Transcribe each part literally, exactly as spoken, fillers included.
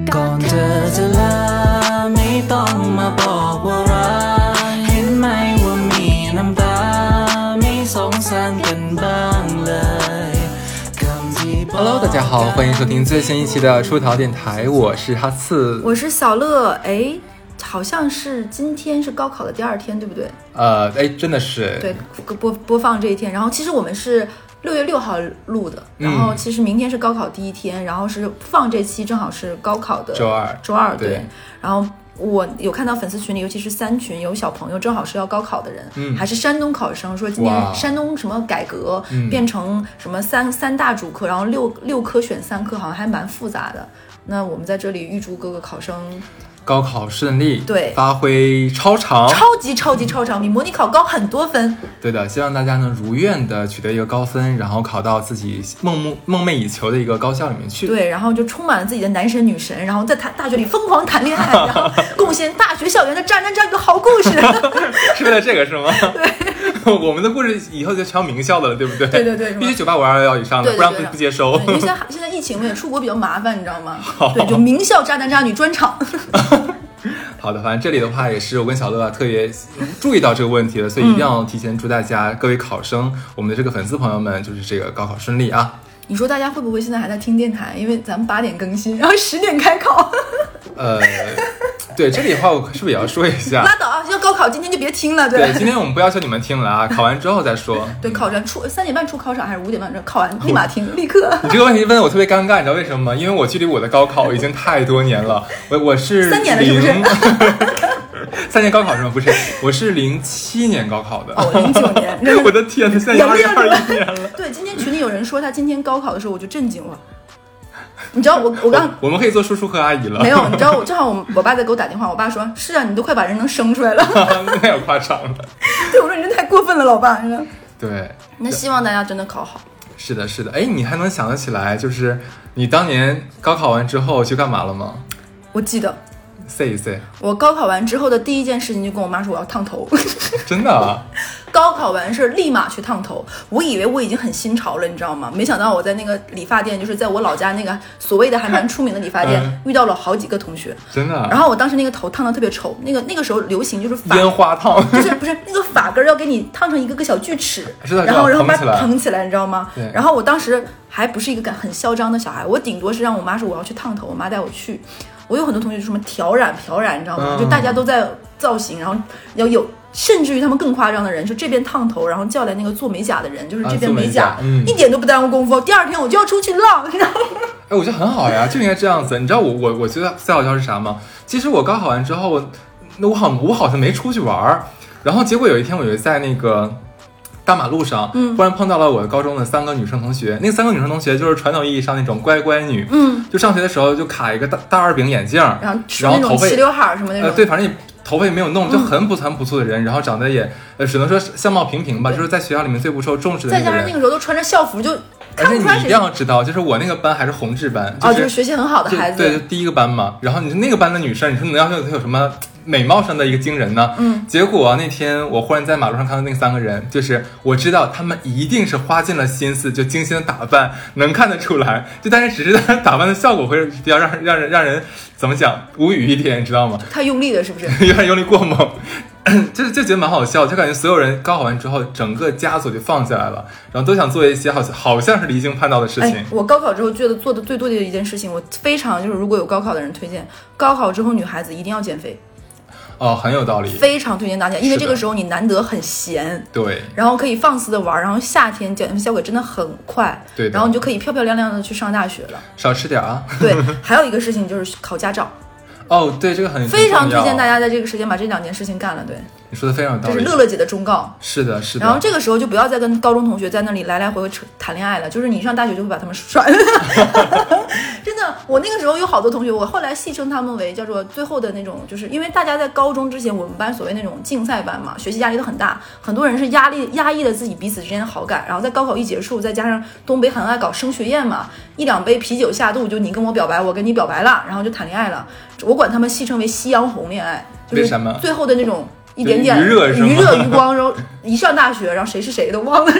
ก่อนเธอจะลาไม่ต้องมาบอกว่ารักเห็นไหมว่ามีน้ำตาไม่สงสารกันบ้างเลย Hello， 大家好，欢迎收听最新一期的出逃电台，我是哈刺， 我是小乐。哎，好像是今天是高考的第二天，对不对？ 呃，哎，真的是对，播播放这一天。然后其实我们是六月六号录的，然后其实明天是高考第一天，嗯、然后是放这期正好是高考的周二， 周二 对, 对。 然后我有看到粉丝群里，尤其是三群有小朋友正好是要高考的人，嗯，还是山东考生，说今天山东什么改革、嗯、变成什么三三大主科，然后六六科选三科，好像还蛮复杂的。那我们在这里预祝各个考生高考顺利， 对， 发挥超常， 超级超级超常，比模拟考高很多分。 对的，希望大家能如愿的取得一个高分，然后考到自己梦梦梦寐以求的一个高校里面去。 对，然后就充满了自己的男神女神，然后在谈大学里疯狂谈恋爱，然后贡献大学校园的渣渣渣一个好故事。 是为了这个是吗？ 对， 我们的故事以后就全名校的了，对不对？ 对对对， 必须九八五二幺以上的， 对对对， 不然不不接收。 因为现在现在疫情嘛，出国比较麻烦，你知道吗？对，就名校渣男渣女专场。 好的，反正这里的话也是我跟小乐特别注意到这个问题了，所以一定要提前祝大家、嗯、各位考生，我们的这个粉丝朋友们，就是这个高考顺利啊！ 你说大家会不会现在还在听电台？因为咱们八点更新，然后十点开考。呃， 对，这里的话我是不是也要说一下？ 拉倒啊！要高考今天就别听了，对。 对，今天我们不要求你们听了啊，考完之后再说。 对，考完出三点半出考场还是五点半考完立马听，立刻。 你这个问题问得我特别尴尬，你知道为什么吗？因为我距离我的高考已经太多年了，我我是三年了，是不是？ 三年高考是吗？不是，我是零七年高考的。 哦，零九年。 我的天哪，现在二零二一年了。 对，今天群里有人说他今天高考的时候，我就震惊了。你知道我我刚我, 我们可以做叔叔和阿姨了。 没有，你知道我正好我我爸在给我打电话，我爸说是啊，你都快把人能生出来了。 那有夸张了。 对，我说你真太过分了，老爸。 对， 那希望大家真的考好。 是的，是的。哎，你还能想得起来，就是你当年高考完之后去干嘛了吗？ 我记得。 say 一 say。 我高考完之后的第一件事情就跟我妈说我要烫头。 真的啊？ 高考完是立马去烫头，我以为我已经很新潮了，你知道吗？没想到我在那个理发店，就是在我老家那个所谓的还蛮出名的理发店、嗯、遇到了好几个同学。 真的、啊？ 然后我当时那个头烫得特别丑，那个那个时候流行就是发烟花烫， 就是不是那个发根要给你烫成一个个小锯齿， 是的， 然后然后把它蓬起来，你知道吗？ 对。 然后我当时还不是一个很嚣张的小孩，我顶多是让我妈说我要去烫头，我妈带我去。我有很多同学就什么挑染漂染，你知道吗？嗯、就大家都在造型，然后要有，甚至于他们更夸张的人，就这边烫头，然后叫来那个做美甲的人，就是这边美甲， 啊嗯、 一点都不耽误功夫。第二天我就要出去浪，你知道吗？ 哎，我觉得很好呀，就应该这样子。你知道我我我觉得最好笑是啥吗？其实我高考完之后，那我好我好像没出去玩，然后结果有一天我就在那个大马路上，嗯，忽然碰到了我高中的三个女生同学。那三个女生同学就是传统意义上那种乖乖女，嗯，就上学的时候就卡一个大大二饼眼镜， 然后然后头发齐刘海什么那种， 呃，对，反正也头发也没有弄，就很朴很朴素的人，嗯、然后长得也呃只能说相貌平平吧，就是在学校里面最不受重视的那个人。再加上那个时候都穿着校服，就看不出来谁。 而且你一定要知道，就是我那个班还是红质班，就是、 哦，就是学习很好的孩子， 对，就第一个班嘛。然后你那个班的女生，你说能要求她有什么美貌上的一个惊人呢？嗯，结果那天我忽然在马路上看到那三个人，就是我知道他们一定是花尽了心思，就精心的打扮，能看得出来。就但是只是打扮的效果会比较让让人让人怎么讲无语一点，你知道吗？ 太用力了，是不是？ 有点用力过猛。就就觉得蛮好笑，就感觉所有人高考完之后，整个枷锁就放下来了，然后都想做一些好像好像是离经叛道的事情。 哎，我高考之后觉得做的最多的一件事情，我非常就是如果有高考的人推荐，高考之后女孩子一定要减肥。 哦，很有道理， 非常推荐大家，因为这个时候你难得很闲， 对， 然后可以放肆的玩，然后夏天减肥效果真的很快， 对， 然后你就可以漂漂亮亮的去上大学了。 少吃点啊。 对，还有一个事情就是考驾照。 哦，对，这个很非常推荐大家在这个时间把这两件事情干了。对， 你说的非常有道理， 这是乐乐姐的忠告。 是的，是的。 然后这个时候就不要再跟高中同学在那里来来回回谈恋爱了，就是你一上大学就会把他们甩了。真的，我那个时候有好多同学，我后来戏称他们为叫做最后的那种，就是因为大家在高中之前，我们班所谓那种竞赛班嘛，学习压力都很大，很多人是压力压抑了自己彼此之间的好感，然后在高考一结束，再加上东北很爱搞升学宴嘛，一两杯啤酒下肚，就你跟我表白，我跟你表白了，然后就谈恋爱了。我管他们戏称为夕阳红恋爱，就是最后的那种一点点余热余热余光，然后一上大学，然后谁是谁都忘了，然后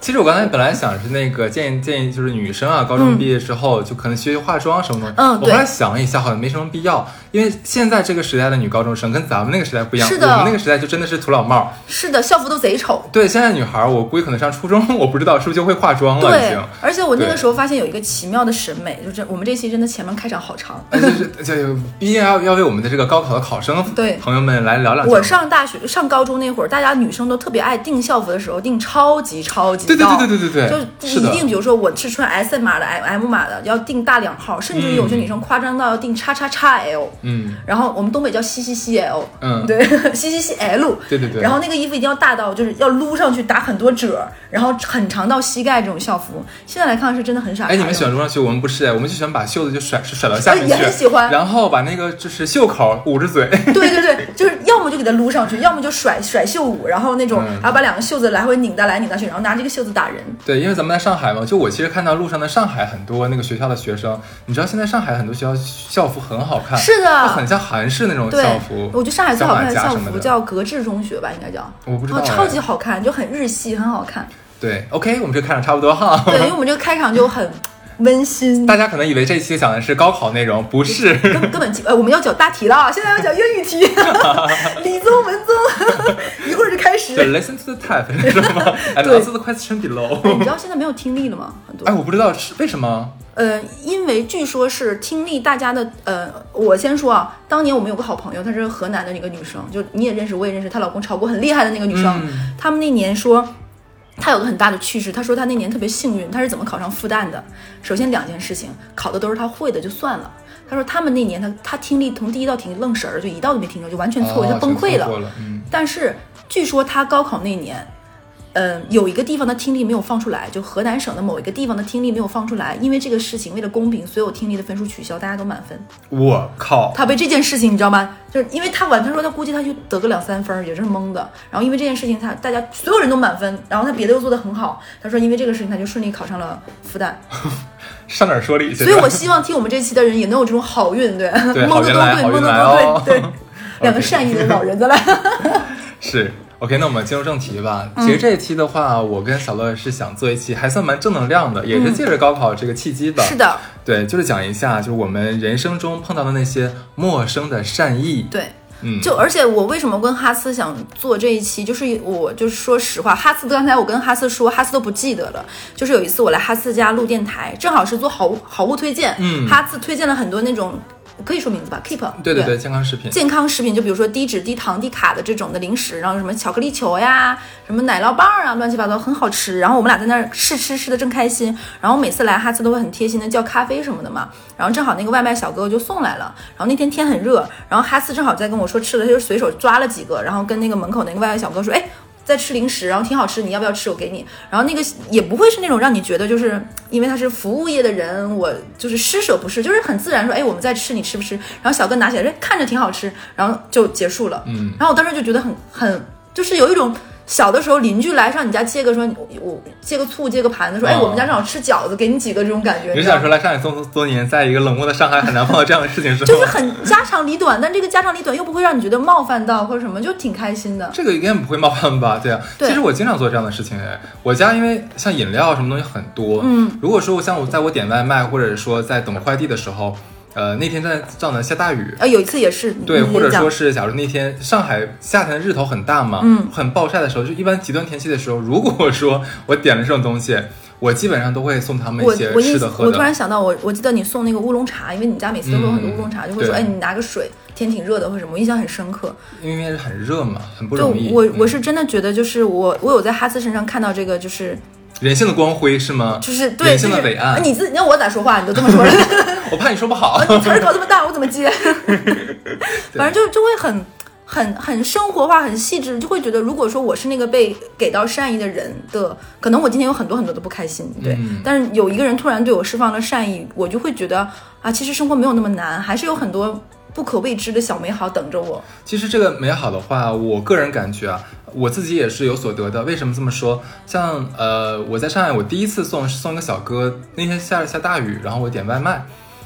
其实我刚才本来想是那个建议建议，就是女生啊，高中毕业之后、嗯、就可能学习化妆什么的。 嗯， 我后来想了一下，好像没什么必要，因为现在这个时代的女高中生跟咱们那个时代不一样。 是的， 我们那个时代就真的是土老帽。 是的，校服都贼丑。 对，现在女孩，我估计可能上初中，我不知道是不是就会化妆了。 对， 已经。 而且我那个时候发现有一个奇妙的审美，就是我们这期真的前面开场好长。 就是就毕竟要要为我们的这个高考的考生对朋友们来聊聊。 我上大学上高中那会儿，大家女生都特别爱订校服的时候订超级超级对对对对对对对， 就一定比如说我是穿 S 码的 M 码的，要订大两号，甚至于有些女生夸张到要订叉叉叉 L， 嗯，然后我们东北叫西西西 L， 嗯，对，西西西 L， 对对对， 然后那个衣服一定要大到就是要撸上去打很多褶，然后很长到膝盖这种校服，现在来看是真的很傻。 哎，你们喜欢撸上去，我们不是，我们就喜欢把袖子就甩甩到下面去， 也很喜欢， 然后把那个就是袖口捂着嘴， 对对对，就是要么就给它撸上去，要么就甩甩袖舞，然后那种，嗯、然后把两个袖子来回拧到来拧到去，然后拿这个袖子打人。 对，因为咱们在上海嘛，就我其实看到路上的上海很多那个学校的学生，你知道现在上海很多学校校服很好看， 是的， 很像韩式那种校服。 我觉得上海最好看的校服叫格致中学吧，应该叫， 我不知道、 哦，超级好看，就很日系，很好看。 对 ，OK， 我们这个开场差不多哈。 对，因为我们这个开场就很温馨。 大家可能以为这期讲的是高考内容，不是， 根根本呃我们要讲大题了，现在要讲英语题，理综文综，一会儿就开始。 对 ，listen to the type， 你知道吗 ？And answer the question below。 你知道现在没有听力了吗？很多。 哎，我不知道是为什么。 呃，因为据说是听力，大家的呃，我先说啊，当年我们有个好朋友，她是河南的那个女生，就你也认识，我也认识，她老公考过很厉害的那个女生，嗯、他们那年说。他有个很大的趣事，他说他那年特别幸运，他是怎么考上复旦的？首先两件事情，考的都是他会的就算了。他说他们那年他他听力从第一道题愣神儿，就一道都没听着，就完全错位， 哦、 他崩溃了。 了嗯、 但是据说他高考那年。嗯，有一个地方的听力没有放出来，就河南省的某一个地方的听力没有放出来，因为这个事情，为了公平，所有听力的分数取消，大家都满分。 我靠！ 他被这件事情你知道吗？就是因为他晚，他说他估计他就得个两三分，也是懵的。然后因为这件事情他，大家所有人都满分，然后他别的又做得很好。他说因为这个事情，他就顺利考上了复旦。 上哪儿说理去？ 所以我希望听我们这期的人也能有这种好运，对， 对， 蒙的都对，蒙的都对，对，两个善意的老人子来。 是。OK， 那我们进入正题吧。其实这一期的话，嗯、我跟小乐是想做一期还算蛮正能量的，也是借着高考这个契机吧。 是的， 对，就是讲一下，就是我们人生中碰到的那些陌生的善意。 对，嗯，就而且我为什么跟哈斯想做这一期，就是我就是说实话，哈斯刚才我跟哈斯说，哈斯都不记得了。就是有一次我来哈斯家录电台，正好是做好好物推荐，嗯，哈斯推荐了很多那种。可以说名字吧 ，Keep。 对对对，健康食品。健康食品就比如说低脂、低糖、低卡的这种的零食，然后什么巧克力球呀，什么奶酪棒啊，乱七八糟，很好吃。然后我们俩在那儿试吃，吃的正开心。然后每次来哈斯都会很贴心的叫咖啡什么的嘛。然后正好那个外卖小哥哥就送来了。然后那天天很热，然后哈斯正好在跟我说吃了，他就随手抓了几个，然后跟那个门口那个外卖小哥说，哎。在吃零食，然后挺好吃，你要不要吃？我给你。然后那个也不会是那种让你觉得就是因为他是服务业的人，我就是施舍不是，就是很自然说，哎，我们在吃，你吃不吃？然后小哥拿起来，看着挺好吃，然后就结束了。嗯，然后我当时就觉得很很，就是有一种。小的时候邻居来上你家借个说我借个醋借个盘子说、哦、哎我们家正好吃饺子给你几个这种感觉。 你想说来上海这么多年，在一个冷漠的上海很难碰到这样的事情是吗？ 就是很家长里短，但这个家长里短又不会让你觉得冒犯到或者什么，就挺开心的。 这个应该不会冒犯吧？对啊，对，其实我经常做这样的事情哎。我家因为像饮料什么东西很多，嗯，如果说像我在我点外卖或者说在等快递的时候。呃，那天在正在下大雨， 呃，有一次也是， 对，或者说是，假如那天上海夏天的日头很大嘛，嗯，很暴晒的时候，就一般极端天气的时候，如果说我点了这种东西，我基本上都会送他们一些吃的喝的。 我突然想到，我我记得你送那个乌龙茶，因为你家每次都会有很多乌龙茶，嗯、就会说，哎，你拿个水，天挺热的或者什么，我印象很深刻。 因为很热嘛，很不容易。 我我是真的觉得，就是我我有在哈斯身上看到这个，就是。 人性的光辉是吗？ 就是对人性的伟岸。 就是、你自你让我咋说话，你都这么说了。 我怕你说不好。 你词儿搞这么大，我怎么接？反正就就会很很很生活化，很细致，就会觉得，如果说我是那个被给到善意的人的，可能我今天有很多很多的不开心，对。嗯、但是有一个人突然对我释放了善意，我就会觉得啊，其实生活没有那么难，还是有很多不可未知的小美好等着我。 其实这个美好的话，我个人感觉啊。我自己也是有所得的。为什么这么说？像呃，我在上海，我第一次送送一个小哥，那天下着下大雨，然后我点外卖，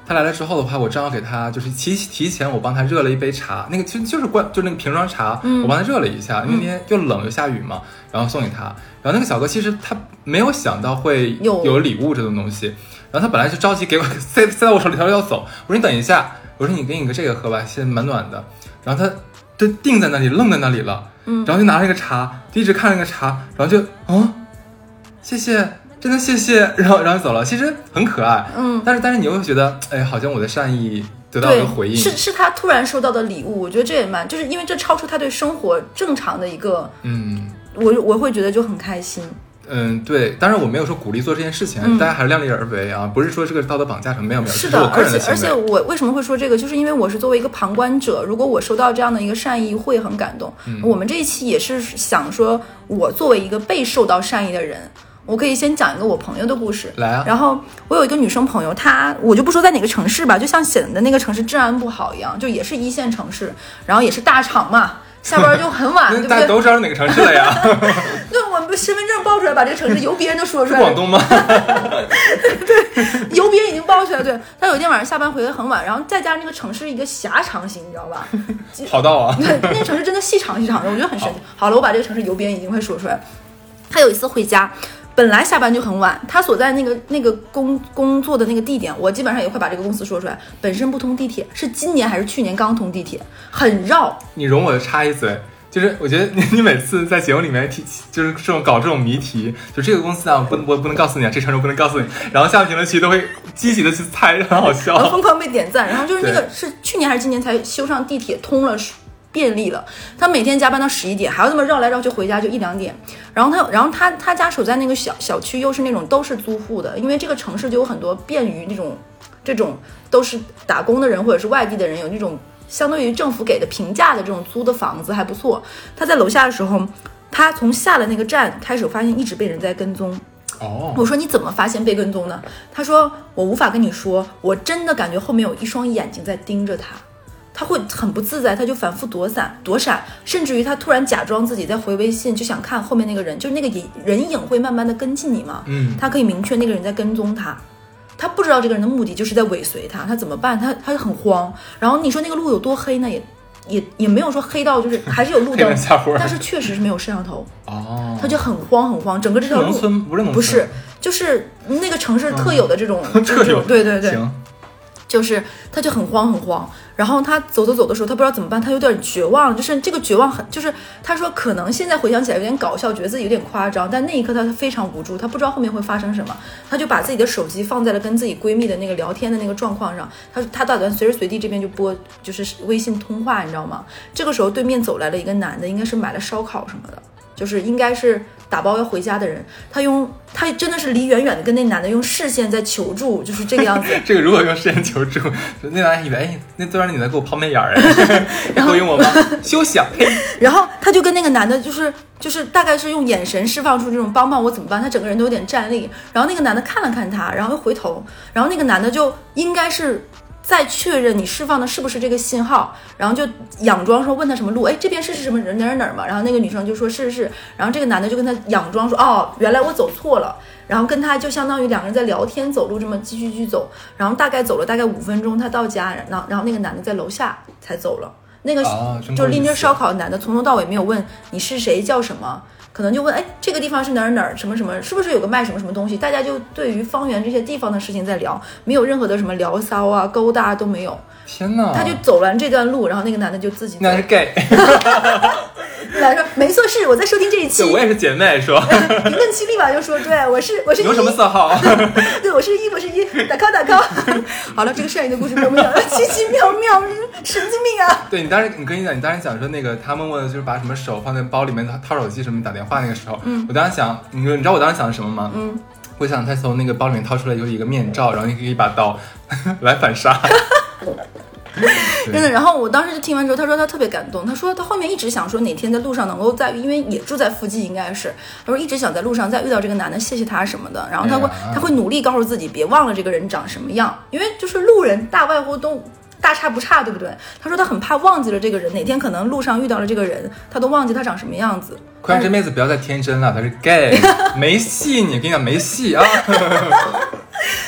他来了之后的话，我正好给他就是提提前我帮他热了一杯茶，那个其实就是灌就那个瓶装茶，嗯、我帮他热了一下，因为那天又冷又下雨嘛，然后送给他。然后那个小哥其实他没有想到会有有礼物这种东西，然后他本来就着急给我塞塞到我手里，他说要走，我说你等一下，我说你给你个这个喝吧，现在蛮暖的。然后他就定在那里，愣在那里了，嗯，然后就拿了一个茶，就一直看那个茶，然后就啊，谢谢。真的谢谢，然后然后走了，其实很可爱，嗯，但是但是你又会觉得，哎，好像我的善意得到了回应， 是是他突然收到的礼物，我觉得这也蛮，就是因为这超出他对生活正常的一个，嗯，我我会觉得就很开心。 嗯，对，当然我没有说鼓励做这件事情，嗯、大家还是量力而为啊，不是说这个道德绑架什么没有没有， 是的， 我个人的而且而且我为什么会说这个，就是因为我是作为一个旁观者，如果我收到这样的一个善意，会很感动。嗯、我们这一期也是想说，我作为一个被受到善意的人。我可以先讲一个我朋友的故事， 来啊！ 然后我有一个女生朋友，她我就不说在哪个城市吧，就像显得那个城市治安不好一样，就也是一线城市，然后也是大厂嘛，下班就很晚，对不对？ 大家都知道是哪个城市了呀？ 那我们身份证报出来，把这个城市由别人都说出来。 广东吗？ 对，由别人已经报出来。对，他有一天晚上下班回来很晚，然后再加上那个城市一个狭长型，你知道吧？ 跑道啊！ 对，那个城市真的细长细长的，我觉得很神奇。好, 好了，我把这个城市由别人已经会说出来。他有一次回家。本来下班就很晚，他所在那个那个工工作的那个地点，我基本上也会把这个公司说出来。本身不通地铁，是今年还是去年刚通地铁，很绕。 你容我插一嘴，就是我觉得你你每次在节目里面提，就是这种搞这种谜题，就这个公司啊，我不我不能告诉你啊，这城市我不能告诉你，然后下面评论区都会积极的去猜，很好笑， 然后疯狂被点赞。然后就是那个是去年还是今年才修上地铁通了。便利了，他每天加班到十一点，还要这么绕来绕去回家就一两点。然后他，然后他他家守在那个小小区，又是那种都是租户的，因为这个城市就有很多便于那种这种都是打工的人或者是外地的人，有那种相对于政府给的平价的这种租的房子还不错。他在楼下的时候，他从下了那个站开始，发现一直被人在跟踪。 哦， 我说你怎么发现被跟踪呢？他说我无法跟你说，我真的感觉后面有一双眼睛在盯着他。他会很不自在，他就反复躲闪躲闪，甚至于他突然假装自己在回微信，就想看后面那个人，就是那个人影会慢慢的跟进你嘛。嗯，他可以明确那个人在跟踪他，他不知道这个人的目的就是在尾随他，他怎么办？他他就很慌。然后你说那个路有多黑呢？也也也没有说黑到就是还是有路灯，但是确实是没有摄像头。哦，他就很慌很慌，整个这条路农村不是农村， 不是就是那个城市特有的这种、 嗯、特有， 对对对， 行。 就是他就很慌很慌，然后他走走走的时候，他不知道怎么办，他有点绝望，就是这个绝望很，就是他说可能现在回想起来有点搞笑，觉得自己有点夸张，但那一刻他非常无助，他不知道后面会发生什么，他就把自己的手机放在了跟自己闺蜜的那个聊天的那个状况上，他他打算随时随地这边就播就是微信通话，你知道吗？这个时候对面走来了一个男的，应该是买了烧烤什么的，就是应该是打包要回家的人，他用他真的是离远远的跟那男的用视线在求助，就是这个样子。 这个如果用视线求助，那男的以为哎，那突然你在给我抛媚眼儿哎，然后用我吗？休想！ 然后他就跟那个男的，就是就是大概是用眼神释放出这种帮帮我怎么办？他整个人都有点站立。然后那个男的看了看他，然后又回头，然后那个男的就应该是。再确认你释放的是不是这个信号，然后就佯装说问他什么路，哎，这边是是什么人哪儿哪儿嘛？然后那个女生就说是是，然后这个男的就跟他佯装说哦，原来我走错了，然后跟他就相当于两个人在聊天走路这么继续继续走，然后大概走了大概五分钟，他到家，然后然后那个男的在楼下才走了，那个、啊、就是拎着烧烤的男的从头到尾没有问你是谁叫什么。可能就问，哎，这个地方是哪儿哪儿什么什么，是不是有个卖什么什么东西？大家就对于方圆这些地方的事情在聊，没有任何的什么聊骚啊、勾搭都没有。 天哪！ 他就走完这段路，然后那个男的就自己走。 那是 gay。 来说，没错，是我在收听这一期。 对，我也是姐妹说。 评论区立马就说，对，我是我是。 有什么色号？ 对，我是一，我是一，打 call 打 call。好了，这个善意的故事被我们讲了奇奇妙妙，神经病啊！ 对你当时，你跟你讲，你当时讲说那个他们问的就是把什么手放在包里面掏手机什么打电话那个时候，嗯，我当时想，你你知道我当时想的什么吗？嗯，我想他从那个包里面掏出来就是一个面罩，然后一把刀来反杀。 真的，然后我当时就听完之后，他说他特别感动，他说他后面一直想说哪天在路上能够在，因为也住在附近，应该是他说一直想在路上再遇到这个男的，谢谢他什么的，然后他会、哎、他会努力告诉自己别忘了这个人长什么样，因为就是路人大外乎都大差不差，对不对？他说他很怕忘记了这个人，哪天可能路上遇到了这个人，他都忘记他长什么样子。 快让这妹子不要再天真了，他是 gay， 没戏，你跟你讲没戏啊。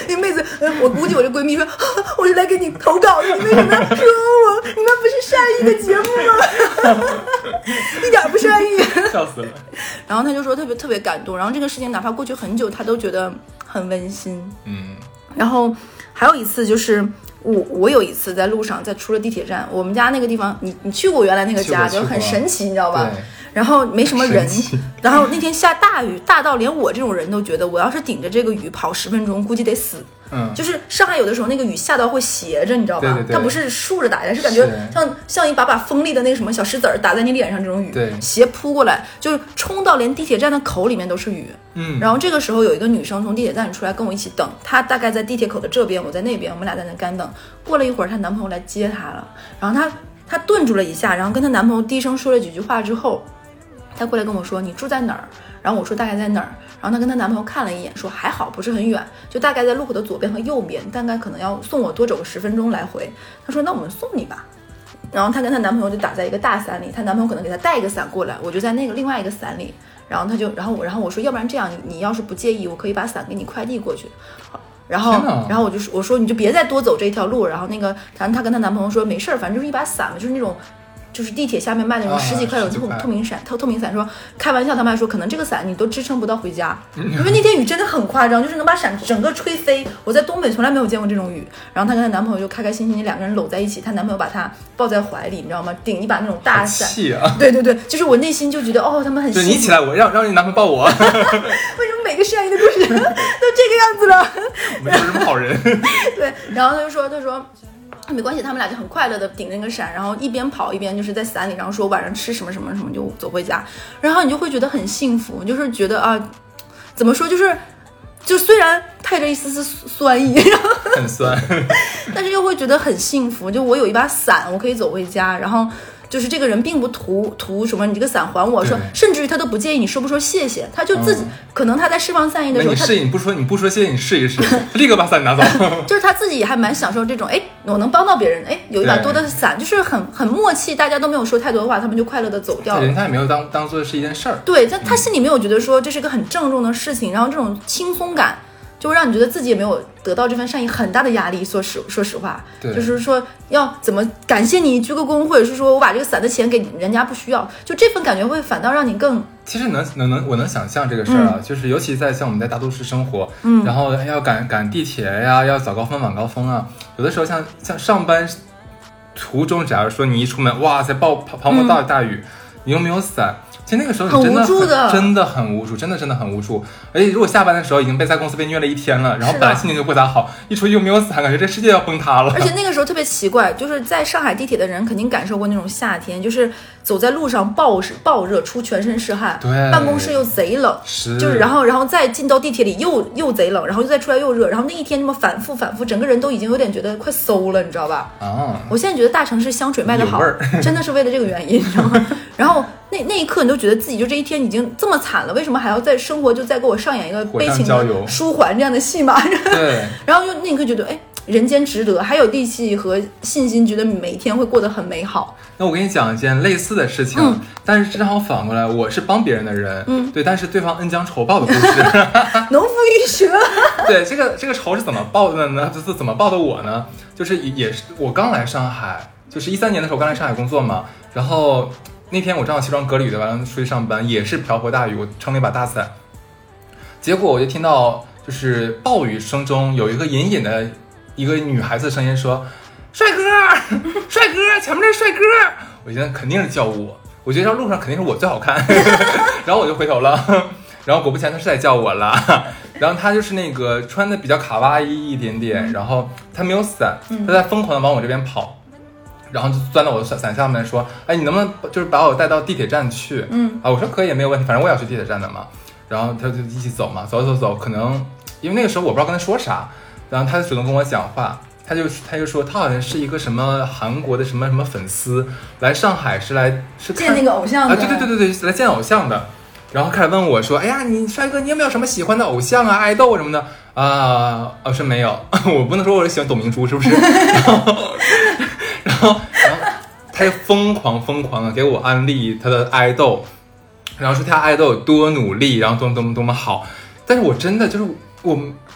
那妹子，呃我估计我这闺蜜说，啊我是来给你投稿的，你为什么要说我？你们不是善意的节目吗？一点不善意， 笑死了。 然后他就说特别特别感动，然后这个事情哪怕过去很久，他都觉得很温馨。 嗯， 然后还有一次就是我我有一次在路上，在出了地铁站，我们家那个地方，你你去过原来那个家，就很神奇，你知道吧？然后没什么人，然后那天下大雨，大到连我这种人都觉得，我要是顶着这个雨跑十分钟，估计得死。 嗯， 就是上海有的时候那个雨下到会斜着，你知道吧？ 对对对， 它不是竖着打下来，是感觉像像一把把锋利的那个什么小石子儿打在你脸上这种雨， 对， 斜扑过来，就是冲到连地铁站的口里面都是雨。 嗯， 然后这个时候有一个女生从地铁站里出来跟我一起等，她大概在地铁口的这边，我在那边，我们俩在那干等。过了一会儿，她男朋友来接她了，然后她她顿住了一下，然后跟她男朋友低声说了几句话之后，她过来跟我说：“你住在哪儿？”然后我说大概在哪儿，然后她跟她男朋友看了一眼，说还好不是很远，就大概在路口的左边和右边，大概可能要送我多走个十分钟来回。她说那我们送你吧。然后她跟她男朋友就打在一个大伞里，她男朋友可能给她带一个伞过来，我就在那个另外一个伞里。然后她就，然后我，然后我说要不然这样，你你要是不介意，我可以把伞给你快递过去。然后，然后我就说我说你就别再多走这一条路。然后那个她她跟她男朋友说没事儿，反正就是一把伞嘛，就是那种。就是地铁下面卖的那种十几块有透透明伞，透透明伞说开玩笑，他们还说可能这个伞你都支撑不到回家，因为那天雨真的很夸张，就是能把伞整个吹飞。我在东北从来没有见过这种雨。然后她跟她男朋友就开开心心，两个人搂在一起，她男朋友把她抱在怀里，你知道吗？顶一把那种大伞。 气啊！ 对对对，就是我内心就觉得哦，他们很幸福。 对，你起来，我让让你男朋友抱我。为什么每个善意的故事都这个样子了？ 没有什么好人。 对，然后他就说，他说。没关系，他们俩就很快乐的顶着那个伞，然后一边跑一边就是在伞里，然后说晚上吃什么什么什么就走回家，然后你就会觉得很幸福，就是觉得啊，怎么说，就是就虽然带着一丝丝酸意， 很酸， 但是又会觉得很幸福。就我有一把伞，我可以走回家，然后。就是这个人并不图图什么，你这个伞还我说，甚至于他都不介意你说不说谢谢，他就自己、嗯、可能他在释放善意的时候， 你试你不说你不说谢谢，你试一试，立刻把伞拿走。 就是他自己还蛮享受这种，哎，我能帮到别人，哎，有一把多的伞，就是很很默契，大家都没有说太多的话，他们就快乐的走掉了。 人他也没有当当做是一件事儿， 对，他他心里没有觉得说这是个很郑重的事情，然后这种轻松感。就会让你觉得自己也没有得到这份善意很大的压力。说实说实话，就是说要怎么感谢你鞠个躬，或者是说我把这个伞的钱给人家不需要，就这份感觉会反倒让你更。 其实能能能，我能想象这个事儿啊、嗯，就是尤其在像我们在大都市生活，嗯，然后要赶赶地铁呀，要早高峰晚高峰啊，有的时候像像上班途中，假如说你一出门，哇塞，暴滂滂大大雨、嗯，你又没有伞。其实那个时候你真的 很, 很的真的很无助，真的真的很无助。而且如果下班的时候已经被在公司被虐了一天了，然后本来心情就不咋好，一出去又没有伞，感觉这世界要崩塌了。 而且那个时候特别奇怪，就是在上海地铁的人肯定感受过那种夏天，就是走在路上暴暴热，出全身是汗， 对， 办公室又贼冷， 是， 就是然后然后再进到地铁里又又贼冷，然后又再出来又热，然后那一天这么反复反复，整个人都已经有点觉得快馊了，你知道吧？ 啊， 我现在觉得大城市香水卖得好，真的是为了这个原因，你知道吗？然后那那一刻你都觉得自己就这一天已经这么惨了，为什么还要在生活就再给我上演一个悲情的舒缓这样的戏码？ 对， 然后就那一刻觉得哎，人间值得，还有力气和信心，觉得每一天会过得很美好。 那我给你讲一件类似的事情，嗯、但是正好反过来，我是帮别人的人，嗯，对，但是对方恩将仇报的故事， 农夫与蛇。 对，这个这个仇是怎么报的呢？就是怎么报的我呢？就是也是我刚来上海，就是一三年的时候刚来上海工作嘛，然后。那天我正好西装革履的，完了出去上班，也是瓢泼大雨，我撑了一把大伞。结果我就听到，就是暴雨声中有一个隐隐的一个女孩子的声音说：“帅哥，帅哥，前面这帅哥！”我觉得肯定是叫我，我觉得路上肯定是我最好看。然后我就回头了，然后果不其然他是在叫我了。然后他就是那个穿的比较卡哇伊一点点，然后他没有伞，他在疯狂的往我这边跑。然后就钻到我的伞下面说：“哎，你能不能就是把我带到地铁站去？”嗯啊，我说可以，没有问题，反正我也要去地铁站的嘛。然后他就一起走嘛，走走走，可能因为那个时候我不知道跟他说啥，然后他就主动跟我讲话，他就他就说他好像是一个什么韩国的什么什么粉丝，来上海是来是见那个偶像的， 啊，对对对对对，来见偶像的。然后开始问我说：“哎呀，你帅哥，你有没有什么喜欢的偶像啊、爱豆什么的啊？”我说没有，我不能说我是喜欢董明珠，是不是？然后。然后，然后他就疯狂疯狂的给我安利他的爱豆，然后说他爱豆有多努力，然后多么多么多么好。但是我真的就是我，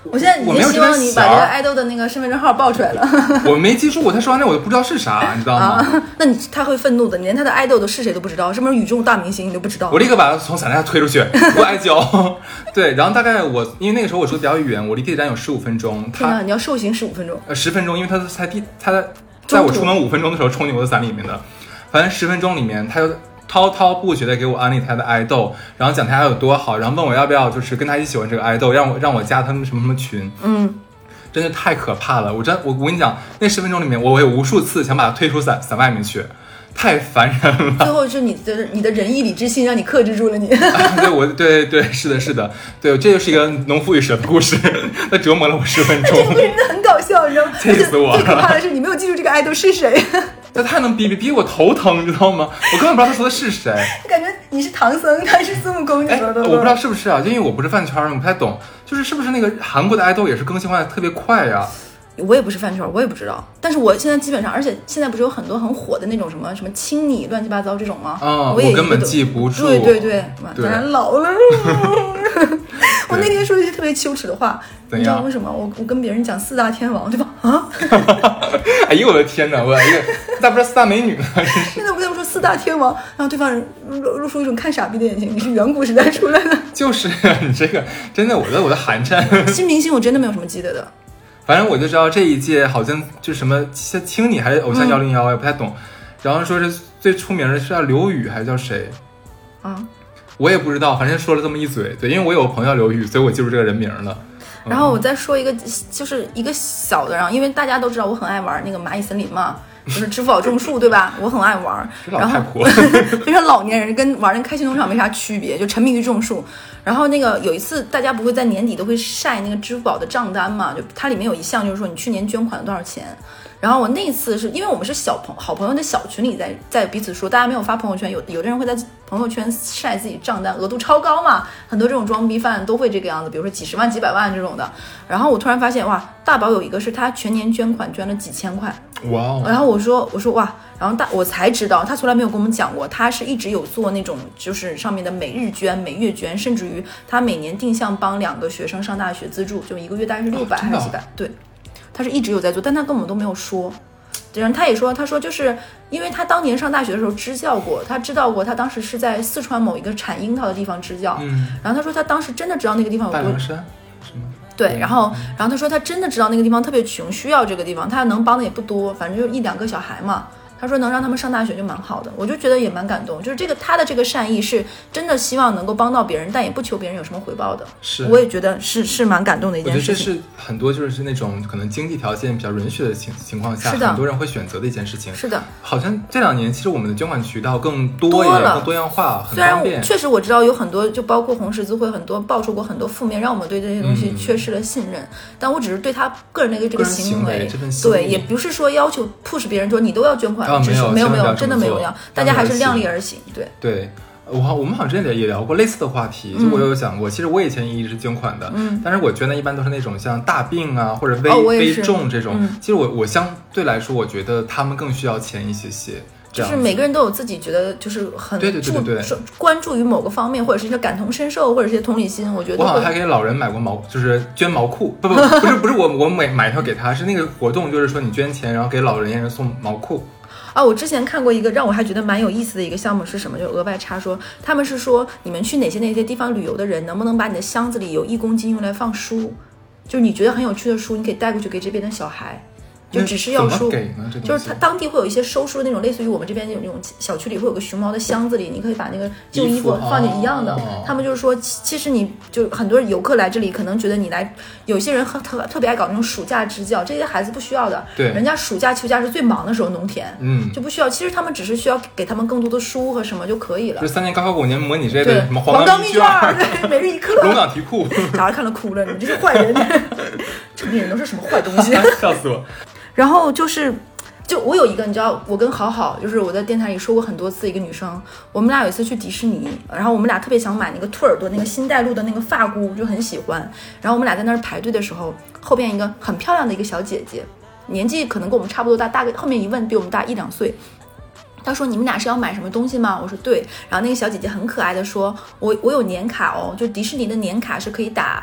我现在已我没有经希望你把这个这个爱豆的那个身份证号报出来了。 我没记住过，他说完那我都不知道是啥，你知道吗？ 啊，那你他会愤怒的，你连他的爱豆都是谁都不知道，是不是宇宙大明星你都不知道？ 我立刻把他从伞下推出去，给我挨浇。对，然后大概我因为那个时候我住的比较远，我离地铁站有十五分钟， 天哪， 他你要受刑十五分钟？ 呃十分钟，因为他才地他在在我出门五分钟的时候冲进我的伞里面的，反正十分钟里面他就滔滔不绝的给我安利他的爱豆，然后讲他有多好，然后问我要不要就是跟他一起喜欢这个爱豆，让我让我加他们什么什么群， 嗯， 真的太可怕了。我真我我跟你讲，那十分钟里面我有无数次想把他推出伞伞外面去，太烦人了。 最后是你的你的仁义礼智信让你克制住了你。 啊、对，我对对是的是的，对，这就是一个农夫与蛇的故事，他折磨了我十分钟。 这个故事真的很搞笑，你知道吗？ 气死我了！ 最可怕的是你没有记住这个爱豆是谁。 他太能逼逼逼我头疼，你知道吗？我根本不知道他说的是谁。 感觉你是唐僧，他是孙悟空，你哎， 说的。 我不知道是不是啊，因为我不是饭圈，我不太懂，就是是不是那个韩国的爱豆也是更新换的特别快呀？ 我也不是饭圈，我也不知道。但是我现在基本上，而且现在不是有很多很火的那种什么什么亲你乱七八糟这种吗？ 嗯， 我也根本记不住。 对对对， 对当然老了。我那天说一句特别羞耻的话，你知道为什么？我我跟别人讲四大天王，对吧？啊！ 哎呦我的天哪！我哎呀，咋不知道四大美女呢？ 现在不这么说四大天王，然后对方人露露出一种看傻逼的眼睛。你是远古时代出来的？ 就是你这个真的，我的我的寒颤。 新明星我真的没有什么记得的。 反正我就知道这一届好像就什么青你还是偶像幺零幺，也不太懂。然后说是最出名的是叫刘宇还是叫谁？ 啊， 我也不知道，反正说了这么一嘴。对，因为我有朋友刘宇，所以我记住这个人名了。 然后我再说一个，就是一个小的，然后因为大家都知道我很爱玩那个蚂蚁森林嘛，就是支付宝种树，对吧？我很爱玩，然后非常老年人，跟玩那开心农场没啥区别，就沉迷于种树。然后那个有一次，大家不会在年底都会晒那个支付宝的账单嘛？就它里面有一项就是说你去年捐款了多少钱。然后我那次是因为我们是小朋好朋友的小群里在在彼此说，大家没有发朋友圈，有有的人会在朋友圈晒自己账单，额度超高嘛，很多这种装逼犯都会这个样子，比如说几十万几百万这种的。然后我突然发现哇，大宝有一个是他全年捐款捐了几千块， 哇、哦！ 然后我说我说哇，然后大我才知道他从来没有跟我们讲过，他是一直有做那种就是上面的每日捐、每月捐，甚至于他每年定向帮两个学生上大学资助，就一个月大概是六百还是几百，对。他是一直有在做，但他跟我们都没有说。然后他也说，他说就是因为他当年上大学的时候支教过，他知道过，他当时是在四川某一个产樱桃的地方支教。嗯，然后他说他当时真的知道那个地方有多。 大凉山是吗？ 对，然后然后他说他真的知道那个地方特别穷，需要这个地方，他能帮的也不多，反正就一两个小孩嘛。他说能让他们上大学就蛮好的，我就觉得也蛮感动。就是这个他的这个善意是真的希望能够帮到别人，但也不求别人有什么回报的。 是， 我也觉得是是蛮感动的一件事情。 我觉得这是很多就是那种可能经济条件比较允许的情情况下，很多人会选择的一件事情。 是的， 好像这两年其实我们的捐款渠道更多一点，更多样化，很方便。 确实我知道有很多，就包括红十字会很多爆出过很多负面，让我们对这些东西缺失了信任。嗯、但我只是对他个人的一个这个行为，对，也不是说要求 push 别人说你都要捐款， 啊、 只是没有没有。真的没有要，大家还是量力而行。对对，我我们好像之前也聊过类似的话题，就我有讲过，嗯、其实我以前也一直是捐款的，嗯，但是我捐的一般都是那种像大病啊或者危、哦、危重这种，嗯、其实我我相对来说，我觉得他们更需要钱一些些。 就是每个人都有自己觉得就是很对对对对对关注于某个方面，或者是一些感同身受，或者是一些同理心。我觉得我好像还给老人买过毛，就是捐毛裤，不不不是不是我我买买一条给他，是那个活动，就是说你捐钱，然后给老人家人送毛裤。 啊，我之前看过一个让我还觉得蛮有意思的一个项目是什么？就额外插说，他们是说你们去哪些哪些地方旅游的人，能不能把你的箱子里有一公斤用来放书，就是你觉得很有趣的书，你可以带过去给这边的小孩。就只是要书，就是他当地会有一些收书的那种，类似于我们这边有那种小区里会有个熊猫的箱子里，你可以把那个旧衣服放进一样的。哦、他们就是说，其实你就很多游客来这里，可能觉得你来，有些人特特别爱搞那种暑假支教，这些孩子不需要的。 对， 人家暑假秋假是最忙的时候，农田，嗯，就不需要。其实他们只是需要给他们更多的书和什么就可以了。 就三年高考五年模拟之类的什么黄冈密卷，对，每日一课， 龙岗题库， 小孩看了哭了，你这是坏人，成年人都是什么坏东西？ 笑死我。 然后就是，就我有一个，你知道，我跟好好，就是我在电台里说过很多次，一个女生，我们俩有一次去迪士尼，然后我们俩特别想买那个兔耳朵那个新黛露的那个发箍，就很喜欢。然后我们俩在那儿排队的时候，后边一个很漂亮的一个小姐姐，年纪可能跟我们差不多大，大概后面一问比我们大一两岁。她说你们俩是要买什么东西吗？我说对。然后那个小姐姐很可爱的说，我我有年卡哦，就迪士尼的年卡是可以打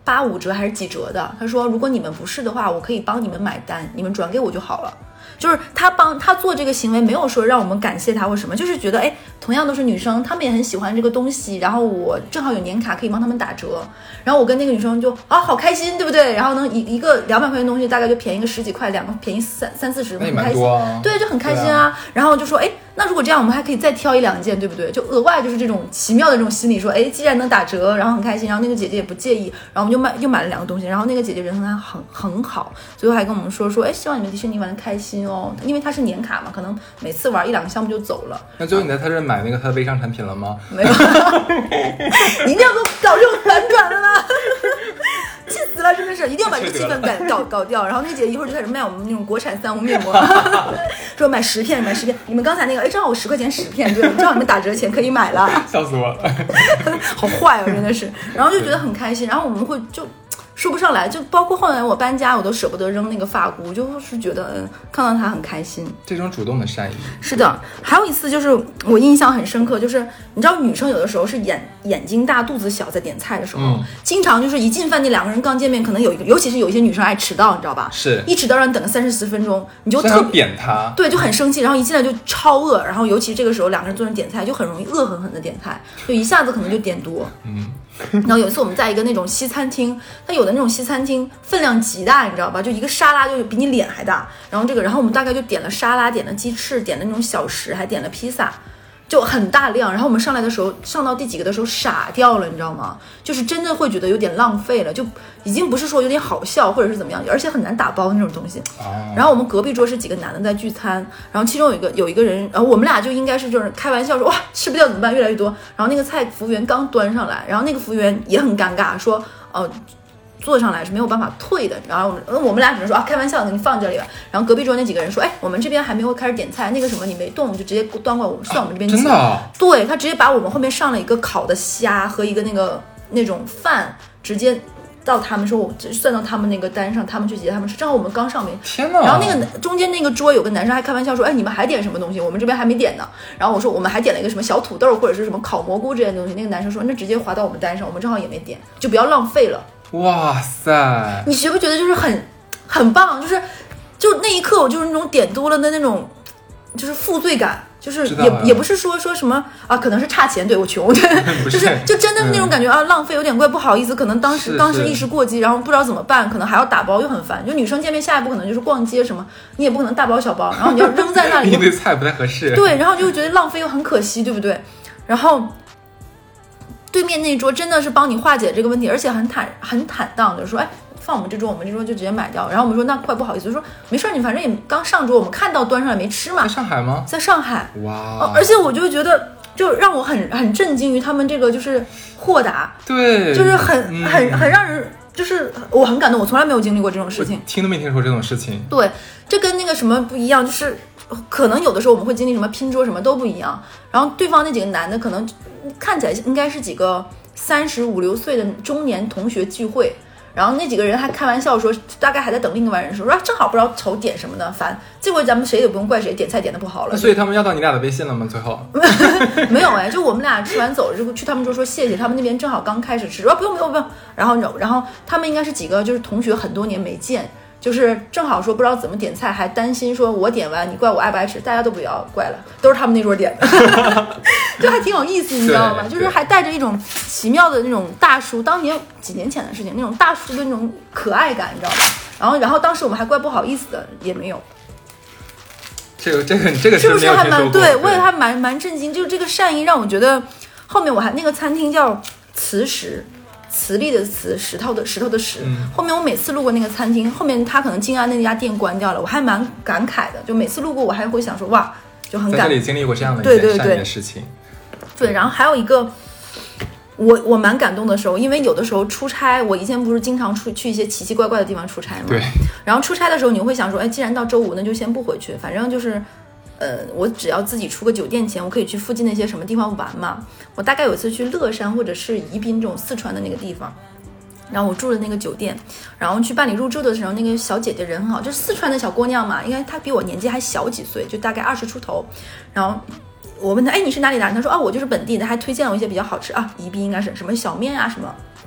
八五折还是几折的，他说如果你们不是的话，我可以帮你们买单，你们转给我就好了。就是他帮他做这个行为，没有说让我们感谢他或什么，就是觉得哎，同样都是女生，她们也很喜欢这个东西，然后我正好有年卡可以帮他们打折，然后我跟那个女生就啊好开心，对不对？然后呢一一个两百块钱的东西大概就便宜个十几块，两个便宜三三四十， 那也很开心， 蛮多啊。 对，就很开心啊。啊然后就说哎，那如果这样，我们还可以再挑一两件，对不对？就额外就是这种奇妙的这种心理，说哎，既然能打折，然后很开心，然后那个姐姐也不介意，然后我们就买又买了两个东西，然后那个姐姐人很很很好，最后还跟我们说说哎，希望你们迪士尼玩的开心哦，因为她是年卡嘛，可能每次玩一两个项目就走了。 那最后你在他这买那个他的微商产品了吗？ 没有，你一定要给我搞这种反转的啦！气死了，真的是一定要把这个气氛搞搞搞掉。然后那姐一会儿就开始卖我们那种国产三无面膜，说买十片，买十片。你们刚才那个，哎，正好我十块钱十片，对，正好你们打折钱可以买了。 笑死我了， 好坏哦，真的是。然后就觉得很开心，然后我们会就。说不上来，就包括后来我搬家，我都舍不得扔那个发箍，就是觉得嗯，看到它很开心。 这种主动的善意。 是的，还有一次就是我印象很深刻，就是你知道女生有的时候是眼眼睛大肚子小，在点菜的时候，嗯、经常就是一进饭店，两个人刚见面，可能有一个，尤其是有一些女生爱迟到，你知道吧？ 是， 一迟到让你等个三十四分钟，你就特别扁她， 对，就很生气，然后一进来就超饿，然后尤其这个时候两个人坐着点菜，就很容易恶狠狠的点菜，就一下子可能就点多，嗯。然后有一次我们在一个那种西餐厅，它有的那种西餐厅分量极大，你知道吧？就一个沙拉就比你脸还大。然后这个，然后我们大概就点了沙拉，点了鸡翅，点了那种小食，还点了披萨，就很大量。然后我们上来的时候，上到第几个的时候傻掉了，你知道吗？就是真的会觉得有点浪费了，就已经不是说有点好笑或者是怎么样，而且很难打包那种东西。然后我们隔壁桌是几个男的在聚餐，然后其中有一个有一个人，然后我们俩就应该是就是开玩笑说哇吃不掉怎么办，越来越多。然后那个菜服务员刚端上来，然后那个服务员也很尴尬，说呃做上来是没有办法退的。然后我们我们俩只能说啊开玩笑，给你放这里吧。然后隔壁桌那几个人说，哎，我们这边还没有开始点菜，那个什么你没动，就直接端过来，我们算我们这边、 啊、真的、啊？ 对，他直接把我们后面上了一个烤的虾和一个那个那种饭，直接。到他们说，我算到他们那个单上，他们去结，他们吃。正好我们刚上没， 天哪！ 然后那个中间那个桌有个男生还开玩笑说：“哎，你们还点什么东西？我们这边还没点呢。”然后我说：“我们还点了一个什么小土豆或者是什么烤蘑菇之类的东西。”那个男生说：“那直接划到我们单上，我们正好也没点，就不要浪费了。” 哇塞！ 你觉不觉得就是很很棒？就是就那一刻，我就是那种点多了的那种，就是负罪感。就是也也不是说说什么啊，可能是差钱，对我穷，对，就是就真的那种感觉、嗯、啊，浪费有点贵，不好意思，可能当时是是当时一时过激，然后不知道怎么办，可能还要打包，又很烦。就女生见面下一步可能就是逛街什么，你也不可能大包小包，然后你要扔在那里， 一堆菜不太合适。 对，然后就觉得浪费又很可惜，对不对？然后对面那桌真的是帮你化解这个问题，而且很坦很坦荡的说，哎。放我们这桌，我们这桌就直接买掉。然后我们说那快不好意思，说没事，你反正也刚上桌，我们看到端上来没吃嘛。 在上海吗？ 在上海。 哇、 哦！而且我就觉得，就让我很很震惊于他们这个就是豁达， 对， 就是很、 嗯、 很很让人，就是我很感动，我从来没有经历过这种事情， 听都没听说这种事情。 对，这跟那个什么不一样，就是可能有的时候我们会经历什么拼桌什么都不一样。然后对方那几个男的可能看起来应该是几个三十五六岁的中年同学聚会。然后那几个人还开玩笑说，大概还在等另一个人说，说正好不知道愁点什么呢，烦。这回咱们谁也不用怪谁，点菜点的不好了。 所以他们要到你俩的微信了吗？最后没有哎，就我们俩吃完走了之后，去他们桌说谢谢，他们那边正好刚开始吃，说不用不用不用。然后然后他们应该是几个就是同学，很多年没见。就是正好说不知道怎么点菜，还担心说我点完你怪我爱不爱吃，大家都不要怪了，都是他们那桌点的，就还挺有意思，你知道吗？就是还带着一种奇妙的那种大叔，当年几年前的事情，那种大叔的那种可爱感，你知道吗？然后然后当时我们还怪不好意思的，也没有。 这个这个这个是不是还蛮对？ 我也还蛮蛮震惊，就是这个善意让我觉得，后面我还那个餐厅叫磁石。磁力的磁，石头的石头的石、嗯。后面我每次路过那个餐厅，后面他可能静安那家店关掉了，我还蛮感慨的。就每次路过，我还会想说，哇，就很感。 在这里经历过这样的一件善意的事情。 对, 对, 对, 对，然后还有一个，我我蛮感动的时候，因为有的时候出差，我以前不是经常出去一些奇奇怪怪的地方出差嘛。 对。 然后出差的时候，你会想说，哎，既然到周五，那就先不回去，反正就是。呃，我只要自己出个酒店钱，我可以去附近那些什么地方玩嘛。我大概有一次去乐山或者是宜宾这种四川的那个地方，然后我住的那个酒店，然后去办理入住的时候，那个小姐姐人很好，就是四川的小姑娘嘛，应该她比我年纪还小几岁，就大概二十出头。然后我问她，哎，你是哪里的？她说，哦，我就是本地的，还推荐我一些比较好吃啊，宜宾应该是什么小面啊什么。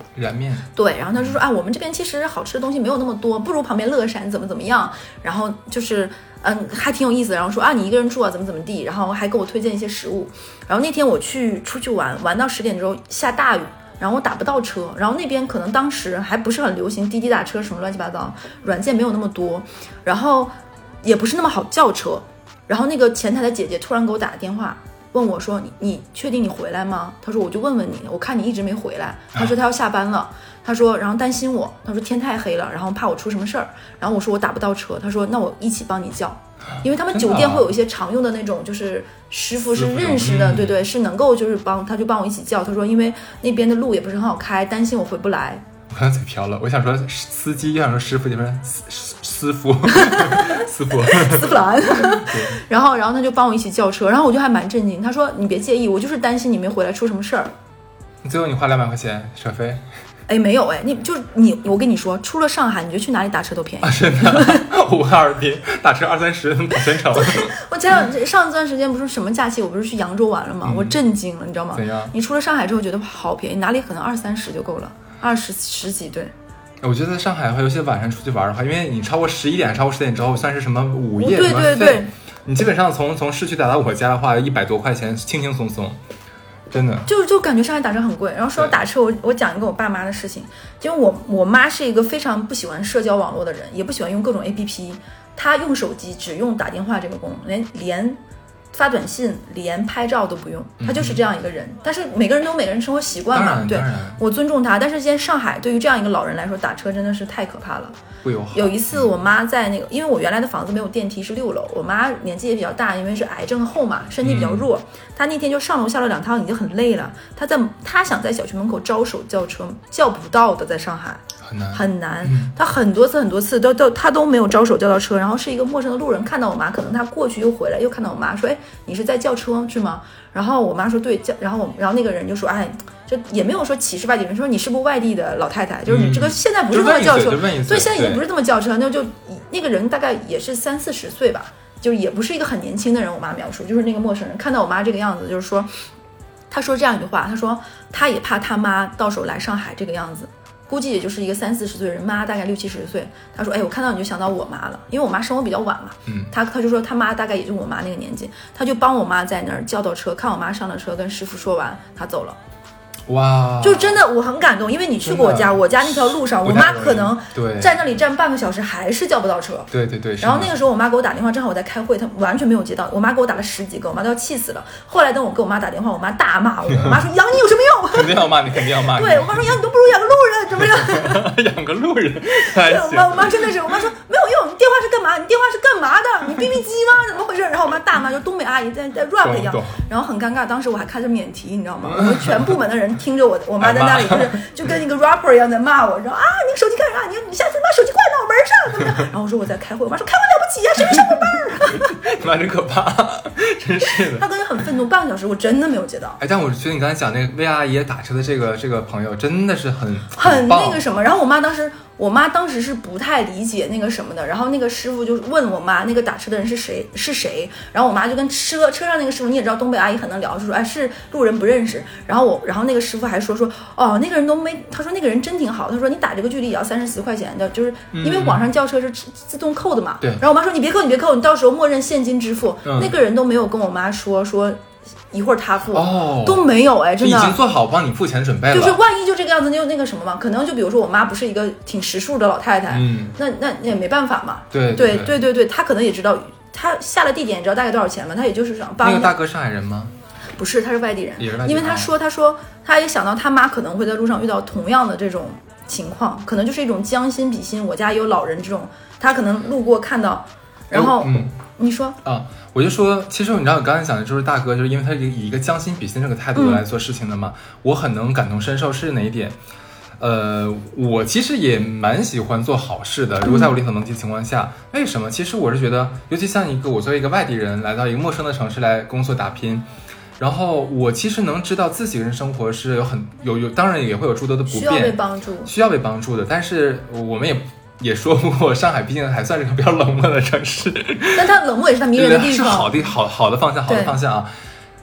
燃面。 对，然后他就说啊，我们这边其实好吃的东西没有那么多，不如旁边乐山怎么怎么样，然后就是嗯还挺有意思的，然后说啊你一个人住啊怎么怎么地，然后还给我推荐一些食物。然后那天我去出去玩，玩到十点之后下大雨，然后我打不到车，然后那边可能当时还不是很流行滴滴打车什么乱七八糟，软件没有那么多，然后也不是那么好叫车。然后那个前台的姐姐突然给我打个电话，问我说你你确定你回来吗？她说我就问问你，我看你一直没回来。她说她要下班了，她说然后担心我，她说天太黑了，然后怕我出什么事儿。然后我说我打不到车，她说那我一起帮你叫，因为他们酒店会有一些常用的那种就是师傅是认识的，对对，是能够就是帮他就帮我一起叫。她说因为那边的路也不是很好开，担心我回不来。 我刚才嘴瓢了，我想说司机，又想说师傅，就说师师傅，师傅， 斯普兰。然后，然后他就帮我一起叫车，然后我就还蛮震惊。他说：“你别介意，我就是担心你没回来出什么事儿。” 最后你花两百块钱车费？ 哎，没有哎，你就是你，我跟你说，出了上海，你就去哪里打车都便宜。 啊，真的，我哈尔滨打车二三十能跑全程。 我前两上一段时间不是什么假期，我不是去扬州玩了吗？嗯、我震惊了，你知道吗？ 怎样？ 你出了上海之后觉得好便宜，哪里可能二三十就够了。二十十几对， 我觉得在上海的话，尤其晚上出去玩的话，因为你超过十一点、超过十点之后，算是什么午夜什么费， 对对对， 你基本上从从市区打到我家的话，一百多块钱，轻轻松松，真的。 就就感觉上海打车很贵。然后说到打车，我我讲一个我爸妈的事情，因为我我妈是一个非常不喜欢社交网络的人，也不喜欢用各种 A P P， 她用手机只用打电话这个功能，连连。发短信连拍照都不用，他就是这样一个人。嗯、但是每个人都有每个人生活习惯嘛，对，我尊重他。但是现在上海对于这样一个老人来说，打车真的是太可怕了， 不友好。 有一次我妈在那个，因为我原来的房子没有电梯，是六楼，我妈年纪也比较大，因为是癌症后嘛，身体比较弱，嗯、她那天就上楼下了两趟，已经很累了。她在她想在小区门口招手叫车，叫不到的，在上海。 很难， 很难。他很多次很多次都都他都没有招手叫到车，然后是一个陌生的路人看到我妈，可能他过去又回来，又看到我妈说：“哎，你是在叫车是吗？”然后我妈说：“对，叫。”然后我然后那个人就说：“哎，就也没有说歧视外地人，说你是不是外地的老太太？就是你这个现在不是这么叫车，所以现在已经不是这么叫车。”那就那个人大概也是三四十岁吧，就也不是一个很年轻的人。我妈描述就是那个陌生人看到我妈这个样子，就是说，他说这样一句话，他说他也怕他妈到时候来上海这个样子。估计也就是一个三四十岁的人，妈大概六七十岁。他说：“哎，我看到你就想到我妈了，因为我妈生活比较晚嘛。嗯，他他就说他妈大概也就我妈那个年纪，他就帮我妈在那儿叫到车，看我妈上了车，跟师傅说完，他走了。 哇， 就真的我很感动，因为你去过我家，我家那条路上，我妈可能站那里站半个小时还是叫不到车。 对对对。 然后那个时候我妈给我打电话，正好我在开会，她完全没有接到。我妈给我打了十几个，我妈都要气死了。后来等我给我妈打电话，我妈大骂我，我妈说养你有什么用？ 肯定要骂你，肯定要骂你。 对，我妈说养你都不如养个路人，怎么样？ 养个路人， 对，我妈我妈真的是，我妈说没有用，你电话是干嘛？你电话是干嘛的？你 B B 机吗？怎么回事？然后我妈大骂，就东北阿姨在在 rap 一样，然后很尴尬。当时我还开着免提，你知道吗？我们全部门的人听着我，我妈在那里就是就跟一个 rapper 一样在骂我，说啊，你手机干啥？你你下次把手机挂脑门上，怎么样？然后我说我在开会，我妈说开会了不起呀、啊，谁没上过班？ 妈真可怕，真是的。 他刚才很愤怒，半个小时我真的没有接到。 哎，但我觉得你刚才讲那个魏阿姨打车的这个这个朋友真的是很很那个什么。然后我妈当时。我妈当时是不太理解那个什么的，然后那个师傅就问我妈那个打车的人是谁是谁，然后我妈就跟车车上那个师傅，你也知道东北阿姨很能聊，就说哎是路人不认识，然后我然后那个师傅还说说哦那个人都没，他说那个人真挺好，他说你打这个距离也要三十四块钱的，就是因为网上叫车是自动扣的嘛， 对、嗯。 然后我妈说你别扣你别扣，你到时候默认现金支付，嗯、那个人都没有跟我妈说说。一会儿他付、哦、都没有哎，真的已经做好帮你付钱准备了。 就是万一就这个样子，那就那个什么嘛，可能就比如说我妈不是一个挺识数的老太太，嗯，那那也没办法嘛。 对对对对对，她可能也知道，她下了地点也知道大概多少钱嘛，她也就是想帮。 那个大哥上海人吗？ 不是，他是外地人， 也是外地人。 因为他说他说他也想到他妈可能会在路上遇到同样的这种情况，可能就是一种将心比心，我家有老人这种，他可能路过看到，然后、嗯、你说啊。我就说，其实你知道，我刚才讲的就是大哥，就是因为他以一个将心比心这个态度来做事情的嘛，嗯、我很能感同身受。是哪一点？呃，我其实也蛮喜欢做好事的。如果在我力所能及的情况下，嗯、为什么？其实我是觉得，尤其像一个我作为一个外地人来到一个陌生的城市来工作打拼，然后我其实能知道自己人生活是有很有有，当然也会有诸多的不便，需要被帮助， 需要被帮助的。但是我们也。也说过，上海毕竟还算是个比较冷漠的城市， 但它冷漠也是它迷人的地方， 是好的好好的方向，好的方向啊。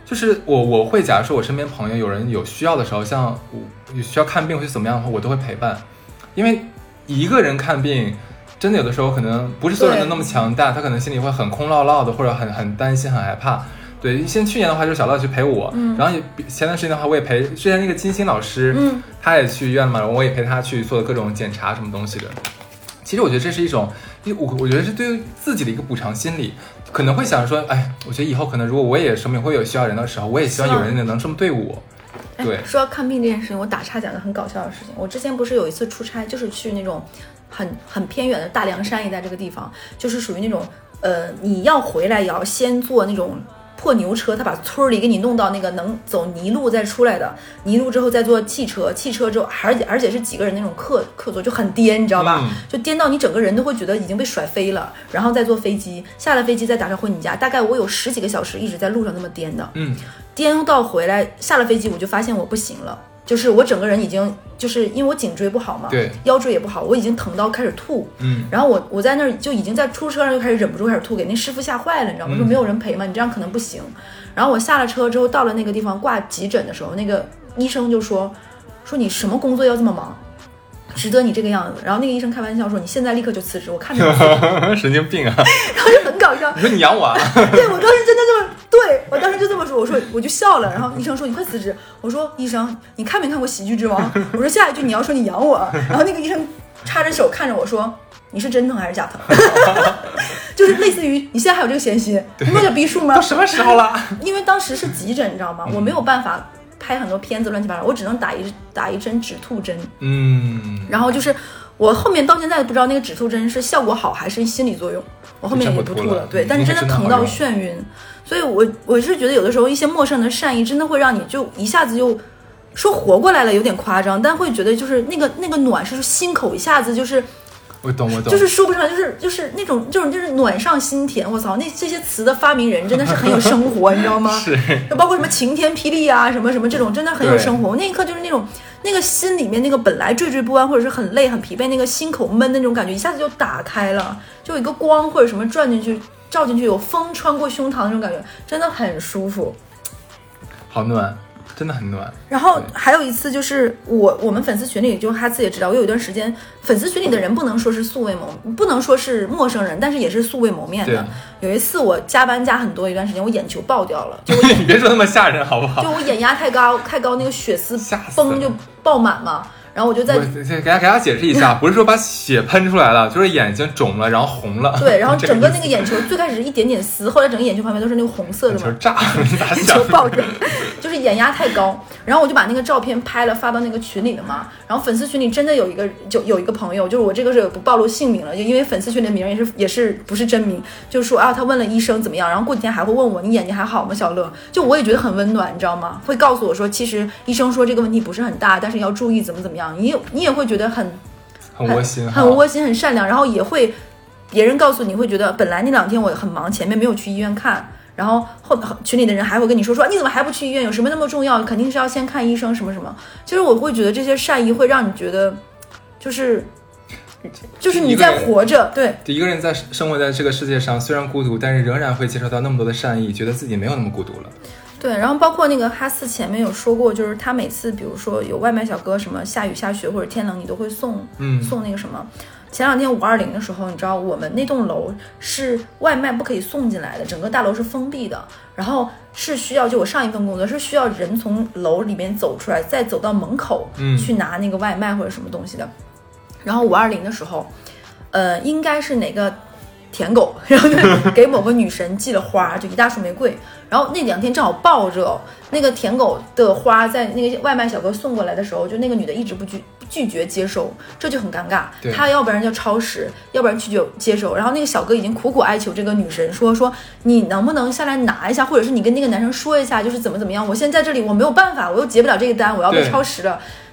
就是我我会假如说我身边朋友有人有需要的时候，像我需要看病或者怎么样的话，我都会陪伴，因为一个人看病真的有的时候可能不是所有人都那么强大，他可能心里会很空落落的，或者很很担心很害怕。对，现在去年的话就是小乐去陪我，嗯，然后也前段时间的话我也陪之前那个金星老师，嗯，他也去医院嘛，我也陪他去做各种检查什么东西的。其实我觉得这是一种，我我觉得是对于自己的一个补偿心理，可能会想说，哎，我觉得以后可能如果我也生病会有需要人的时候，我也希望有人能这么对我。对， 说到看病这件事情，我打岔讲个很搞笑的事情。我之前不是有一次出差，就是去那种很很偏远的大凉山一带这个地方，就是属于那种呃，你要回来也要先坐那种破牛车，他把村里给你弄到那个能走泥路再出来的，泥路之后再坐汽车，汽车之后而且而且是几个人那种客客座，就很颠，你知道吧、嗯、就颠到你整个人都会觉得已经被甩飞了，然后再坐飞机，下了飞机再打车回你家，大概我有十几个小时一直在路上那么颠的，嗯，颠到回来下了飞机我就发现我不行了，就是我整个人已经就是因为我颈椎不好嘛， 对， 腰椎也不好，我已经疼到开始吐，嗯，然后我我在那儿就已经在出车上就开始忍不住开始吐，给那师傅吓坏了，你知道吗？说没有人陪嘛，你这样可能不行。然后我下了车之后到了那个地方挂急诊的时候，那个医生就说说你什么工作要这么忙，值得你这个样子。然后那个医生开玩笑说你现在立刻就辞职，我看着你神经病啊。 然后就很搞笑， 你说你养我啊？ 对，我当时真的这么对我当时就这么说，我说我就笑了。然后医生说你快辞职，我说医生你看没看过喜剧之王？我说下一句你要说你养我。然后那个医生插着手看着我说你是真疼还是假疼？就是类似于你现在还有这个闲心，你有点逼数吗？ 都什么时候了？ 因为当时是急诊，你知道吗？我没有办法拍很多片子乱七八糟，我只能打一打一针止吐针。嗯，然后就是我后面到现在不知道那个止吐针是效果好还是心理作用，我后面也不吐了。对，但是真的疼到眩晕，所以我我是觉得有的时候一些陌生的善意真的会让你就一下子就说活过来了，有点夸张，但会觉得就是那个那个暖是心口一下子就是。 我懂我懂， 就是说不上来，就是就是那种这种就是暖上心田。我操，那这些词的发明人真的是很有生活，你知道吗？ 是， 就包括什么晴天霹雳啊，什么什么这种，真的很有生活。那一刻就是那种那个心里面那个本来惴惴不安或者是很累很疲惫那个心口闷的那种感觉，一下子就打开了，就有一个光或者什么转进去照进去，有风穿过胸膛那种感觉，真的很舒服， 好暖。真的很暖。 然后还有一次就是我我们粉丝群里，就哈次也知道，我有一段时间粉丝群里的人不能说是素未谋，不能说是陌生人，但是也是素未谋面的。有一次我加班加很多一段时间，我眼球爆掉了，就我你别说那么吓人好不好？ 就我眼压太高太高，那个血丝崩就爆满嘛。然后我就在给大家给大家解释一下，不是说把血喷出来了，就是眼睛肿了，然后红了。 对，然后整个那个眼球最开始是一点点丝，后来整个眼球旁边都是那个红色的嘛， 眼球炸了，你咋想？ 眼球爆着，就是眼压太高。然后我就把那个照片拍了发到那个群里了嘛。然后粉丝群里真的有一个就有一个朋友，就是我这个是不暴露姓名了，就因为粉丝群里的名也是也是不是真名，就是说啊他问了医生怎么样，然后过几天还会问我你眼睛还好吗小乐？就我也觉得很温暖，你知道吗？会告诉我说其实医生说这个问题不是很大，但是要注意怎么怎么样。你你也会觉得很很窝心， 很窝心，很善良，然后也会别人告诉你会觉得本来那两天我很忙，前面没有去医院看，然后后群里的人还会跟你说说你怎么还不去医院，有什么那么重要，肯定是要先看医生什么什么。其实我会觉得这些善意会让你觉得就是就是你在活着，对， 一个人在生活在这个世界上虽然孤独，但是仍然会接受到那么多的善意，觉得自己没有那么孤独了。 对，然后包括那个哈斯前面有说过，就是他每次比如说有外卖小哥什么下雨下雪或者天冷，你都会送、嗯、送那个什么。前两天五二零的时候，你知道我们那栋楼是外卖不可以送进来的，整个大楼是封闭的，然后是需要就我上一份工作是需要人从楼里面走出来，再走到门口、嗯、去拿那个外卖或者什么东西的。然后五二零的时候，呃，应该是哪个舔狗，然后给某个女神寄了花，就一大束玫瑰。然后那两天正好爆热，那个舔狗的花在那个外卖小哥送过来的时候，就那个女的一直不拒拒绝接收，这就很尴尬。她要不然就超时，要不然拒绝接收。然后那个小哥已经苦苦哀求这个女神说说你能不能下来拿一下，或者是你跟那个男生说一下，就是怎么怎么样。我现在在这里我没有办法，我又结不了这个单，我要被超时了。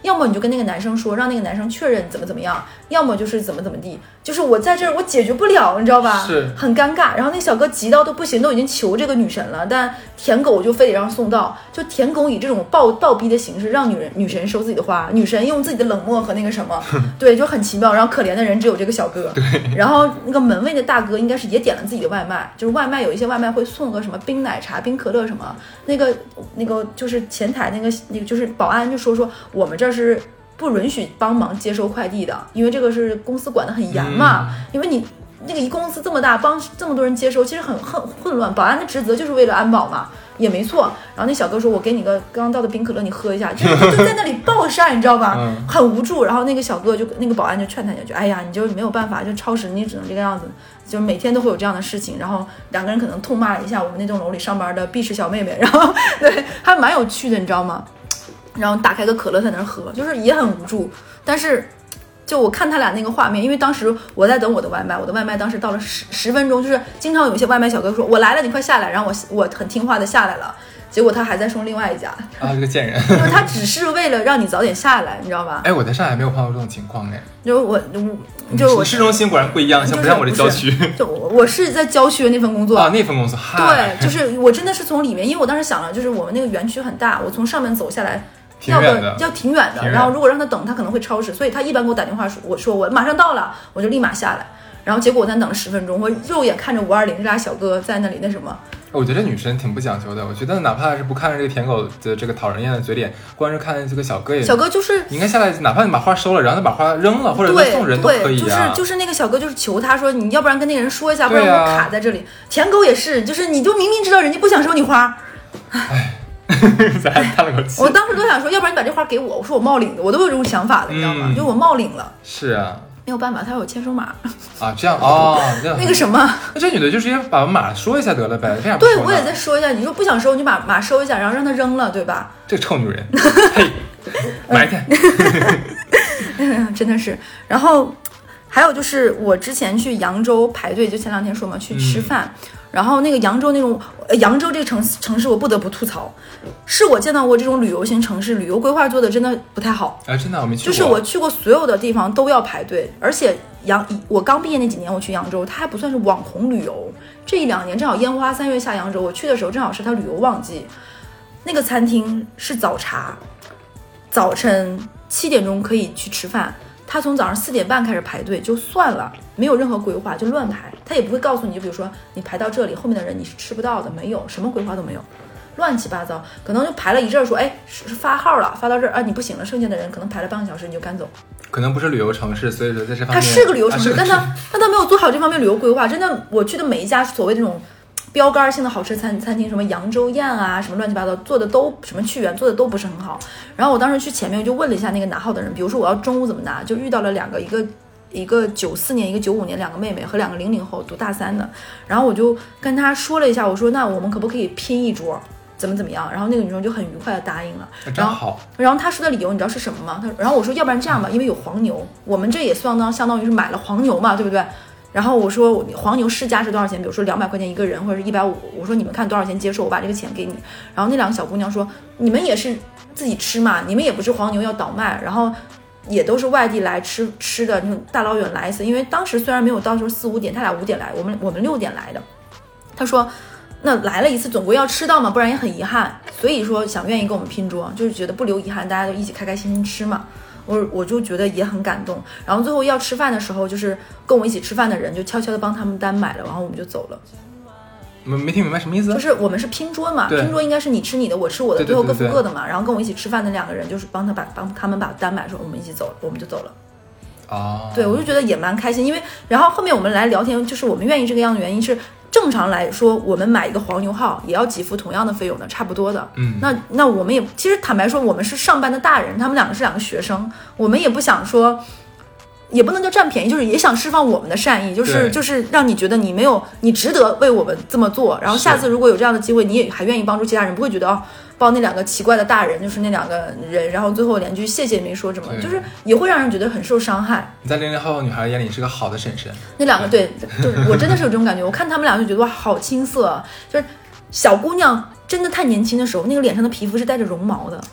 要么你就跟那个男生说，让那个男生确认怎么怎么样，要么就是怎么怎么地，就是我在这儿我解决不了，你知道吧？ 是很尴尬。然后那小哥急到都不行，都已经求这个女神了，但舔狗就非得让送到，就舔狗以这种暴倒逼的形式让女人女神收自己的花，女神用自己的冷漠和那个什么，对，就很奇妙。然后可怜的人只有这个小哥，然后那个门卫的大哥应该是也点了自己的外卖，就是外卖有一些外卖会送个什么冰奶茶、冰可乐什么，那个那个就是前台那个那个就是保安就说说我们这是不允许帮忙接收快递的，因为这个是公司管得很严嘛，嗯、因为你那个一公司这么大，帮这么多人接收，其实很很混乱。保安的职责就是为了安保嘛，也没错。然后那小哥说：“我给你个刚倒的冰可乐，你喝一下。”就就在那里暴晒，你知道吧？嗯、很无助。然后那个小哥就那个保安就劝他一句：“哎呀，你就没有办法，就超时你只能这个样子，就每天都会有这样的事情。”然后两个人可能痛骂了一下我们那栋楼里上班的 B 市小妹妹，然后对还蛮有趣的，你知道吗？然后打开个可乐在那儿喝，就是也很无助，但是。就我看他俩那个画面，因为当时我在等我的外卖，我的外卖当时到了十十分钟，就是经常有一些外卖小哥说我来了，你快下来，然后我我很听话的下来了，结果他还在送另外一家啊，这个贱人， 因为他只是为了让你早点下来，你知道吧？ 哎，我在上海没有碰到这种情况哎， 就我就是我市中心果然不一样，像不像我这郊区？ 就我我是在郊区的那份工作啊，那份工作， 对，就是我真的是从里面，因为我当时想了，就是我们那个园区很大，我从上面走下来。要不要挺远的，然后如果让他等，他可能会超时，所以他一般给我打电话说，我说我马上到了，我就立马下来。然后结果我才等了十分钟，我肉眼看着五二零这俩小哥在那里那什么。 我觉得女生挺不讲究的，我觉得哪怕是不看着这个舔狗的这个讨人厌的嘴脸，光是看这个小哥也， 小哥就是你应该下来，哪怕你把花收了，然后他把花扔了，或者送人都可以啊。 就是就是那个小哥就是求他说，你要不然跟那个人说一下，不然我卡在这里。舔狗也是，就是你就明明知道人家不想收你花， 唉。咱还叹了口气， 我当时都想说，要不然你把这花给我，我说我冒领的，我都有这种想法的，你知道吗？ 嗯、 就我冒领了。 是啊， 没有办法，他有签收码啊，这样哦，这样那个什么， 那这女的就直接把码说一下得了呗，为啥不说呢？ 对，我也在说一下，你说不想收，你就把码收一下，然后让他扔了，对吧？ 这个臭女人，嘿，埋汰， 真的是。然后还有就是我之前去扬州排队，就前两天说嘛，去吃饭。嗯，然后那个扬州那种，呃、扬州这个城市城市，我不得不吐槽，是我见到过这种旅游型城市，旅游规划做的真的不太好。 哎，真的我没去过。 就是我去过所有的地方都要排队，而且扬我刚毕业那几年我去扬州，它还不算是网红旅游。这一两年正好烟花三月下扬州，我去的时候正好是它旅游旺季。那个餐厅是早茶，早晨七点钟可以去吃饭。他从早上四点半开始排队就算了，没有任何规划就乱排，他也不会告诉你，就比如说你排到这里，后面的人你是吃不到的，没有什么规划都没有，乱七八糟，可能就排了一阵说，哎，是发号了，发到这儿啊，你不行了，剩下的人可能排了半个小时你就赶走。可能不是旅游城市，所以说在这方面它是个旅游城市， 啊、 但他但他没有做好这方面旅游规划。真的，我去的每一家所谓这种标杆性的好吃餐餐厅，什么扬州宴啊，什么乱七八糟，做的都什么去源做的都不是很好。然后我当时去前面我就问了一下那个拿号的人，比如说我要中午怎么拿，就遇到了两个，一个一个九四年，一个九五年，两个妹妹和两个零零后读大三的。然后我就跟他说了一下，我说那我们可不可以拼一桌？怎么怎么样？然后那个女生就很愉快的答应了。 真好。 然后她说的理由你知道是什么吗？她然后我说要不然这样吧，因为有黄牛，我们这也相当相当于是买了黄牛嘛，对不对？然后我说黄牛市价是多少钱？比如说两百块钱一个人，或者是一百五。我说你们看多少钱接受，我把这个钱给你。然后那两个小姑娘说，你们也是自己吃嘛，你们也不是黄牛要倒卖，然后也都是外地来吃吃的，那大老远来一次。因为当时虽然没有到时候四五点，他俩五点来，我们我们六点来的。他说。那来了一次，总归要吃到嘛，不然也很遗憾。所以说想愿意跟我们拼桌，就是觉得不留遗憾，大家都一起开开心心吃嘛。我我就觉得也很感动。然后最后要吃饭的时候，就是跟我一起吃饭的人就悄悄的帮他们单买了，然后我们就走了。 没没听明白什么意思？ 就是我们是拼桌嘛，拼桌应该是你吃你的，我吃我的， 对对对对对最后各付各的嘛。然后跟我一起吃饭的两个人就是帮他把帮他们把单买，说我们一起走了，我们就走了。 哦， 对，我就觉得也蛮开心，因为然后后面我们来聊天，就是我们愿意这个样的原因是。正常来说，我们买一个黄牛号也要给付同样的费用的，差不多的。 嗯， 那那我们也其实坦白说，我们是上班的大人，他们两个是两个学生，我们也不想说，也不能叫占便宜，就是也想释放我们的善意，就是就是让你觉得你没有，你值得为我们这么做。然后下次如果有这样的机会，你也还愿意帮助其他人，不会觉得哦。帮那两个奇怪的大人，就是那两个人，然后最后连句谢谢没说，什么就是也会让人觉得很受伤害。 你在零零后女孩眼里是个好的婶婶。 那两个对，就是我真的是有这种感觉。我看他们俩就觉得哇，好青涩，就是小姑娘真的太年轻的时候，那个脸上的皮肤是带着绒毛的。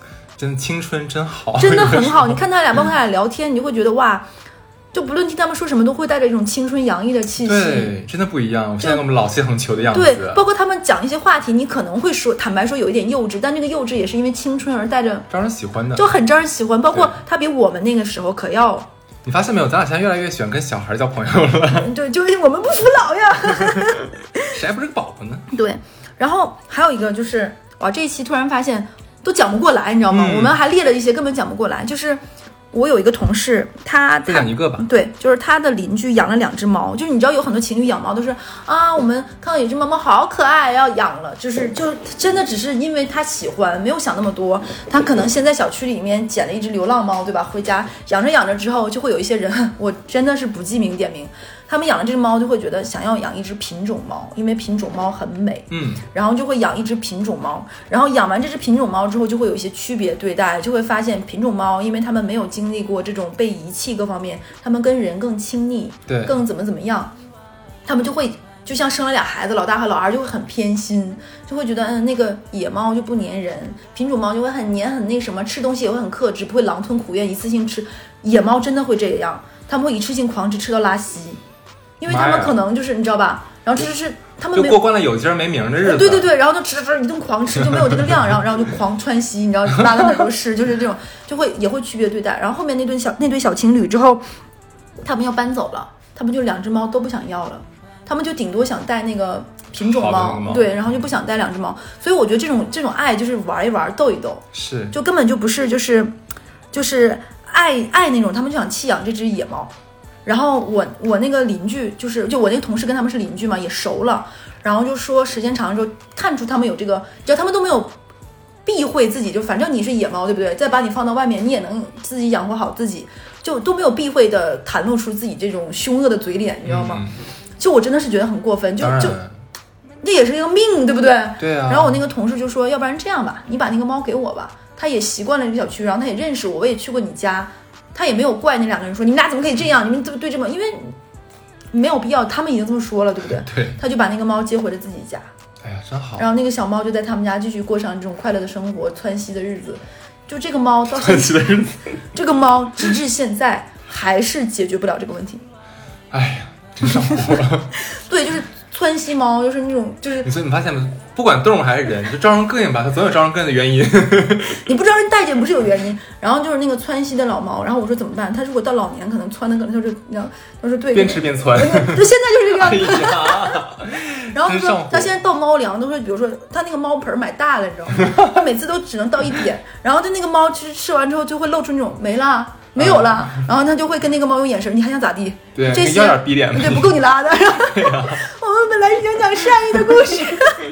真的青春真好， 真的很好。你看他俩，包括他俩聊天，你就会觉得哇。就不论听他们说什么，都会带着一种青春洋溢的气息。 对，真的不一样。我现在跟我们老气横秋的样子。 对，包括他们讲一些话题，你可能会说，坦白说有一点幼稚，但这个幼稚也是因为青春而带着招人喜欢的， 就很招人喜欢。包括他比我们那个时候可要， 你发现没有？咱俩现在越来越喜欢跟小孩交朋友了。 对，就是我们不服老呀。 谁还不是个宝宝呢？ 对，然后还有一个就是哇，这一期突然发现都讲不过来，你知道吗？嗯、我们还列了一些根本讲不过来，就是。我有一个同事，他再讲一个吧。 对，就是他的邻居养了两只猫，就是你知道有很多情侣养猫都是啊，我们看到有只猫猫好可爱，要养了，就是就真的只是因为他喜欢，没有想那么多。他可能先在小区里面捡了一只流浪猫，对吧？回家养着养着之后，就会有一些人，我真的是不记名点名。他们养了这只猫，就会觉得想要养一只品种猫，因为品种猫很美， 嗯， 然后就会养一只品种猫。然后养完这只品种猫之后，就会有一些区别对待，就会发现品种猫，因为他们没有经历过这种被遗弃各方面，他们跟人更亲昵， 对， 更怎么怎么样，他们就会就像生了俩孩子，老大和老二就会很偏心，就会觉得嗯，那个野猫就不粘人，品种猫就会很粘很那什么，吃东西也会很克制，不会狼吞虎咽一次性吃。野猫真的会这样，他们会一次性狂吃，吃到拉稀。因为他们可能就是你知道吧，然后这就是他们没就过惯了有今儿没名的日子， 对对对，然后就吃吃一顿狂吃，就没有这个量，然后然后就狂窜稀，你知道拉到哪都是，就是这种就会也会区别对待。然后后面那对小那对小情侣之后，他们要搬走了，他们就两只猫都不想要了，他们就顶多想带那个品种猫， 猫对，然后就不想带两只猫。所以我觉得这种这种爱就是玩一玩逗一逗， 是就根本就不是就是就是爱爱那种，他们就想弃养这只野猫。然后我我那个邻居就是就我那个同事跟他们是邻居嘛，也熟了，然后就说时间长了之后看出他们有这个，只要他们都没有避讳自己，就反正你是野猫对不对，再把你放到外面你也能自己养活好自己，就都没有避讳的袒露出自己这种凶恶的嘴脸，你知道吗？ 嗯、 就我真的是觉得很过分，就就这也是一个命对不对？ 对啊。 然后我那个同事就说要不然这样吧，你把那个猫给我吧，他也习惯了这个小区，然后他也认识我，我也去过你家，他也没有怪那两个人说你们俩怎么可以这样，你们怎么对这么，因为没有必要，他们已经这么说了，对不对？ 对。 他就把那个猫接回了自己家。 哎呀，真好。 然后那个小猫就在他们家继续过上这种快乐的生活，窜稀的日子。就这个猫到现在，这个猫直至现在还是解决不了这个问题。 哎呀，真上火。 对，就是窜稀猫，就是那种就是。 所以你发现吗？不管动物还是人，就招人膈应吧，它总有招人膈应的原因。 你不招人待见不是有原因。然后就是那个窜稀的老猫，然后我说怎么办？它如果到老年可能窜的可能就是你知道，他说对， 边吃边窜。 就现在就是这个样子。 哎、 然后他说他现在倒猫粮都说，比如说他那个猫盆买大了，你知道吗？他每次都只能倒一点，然后他那个猫吃吃完之后就会露出那种没了。没有了，嗯、然后他就会跟那个猫用眼神，你还想咋地？ 对， 这些要点逼脸， 对，不够你拉的。啊、我们本来是想讲善意的故事，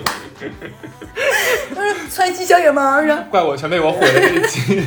都是窜稀小野猫是。 怪我，全被我毁了这一期。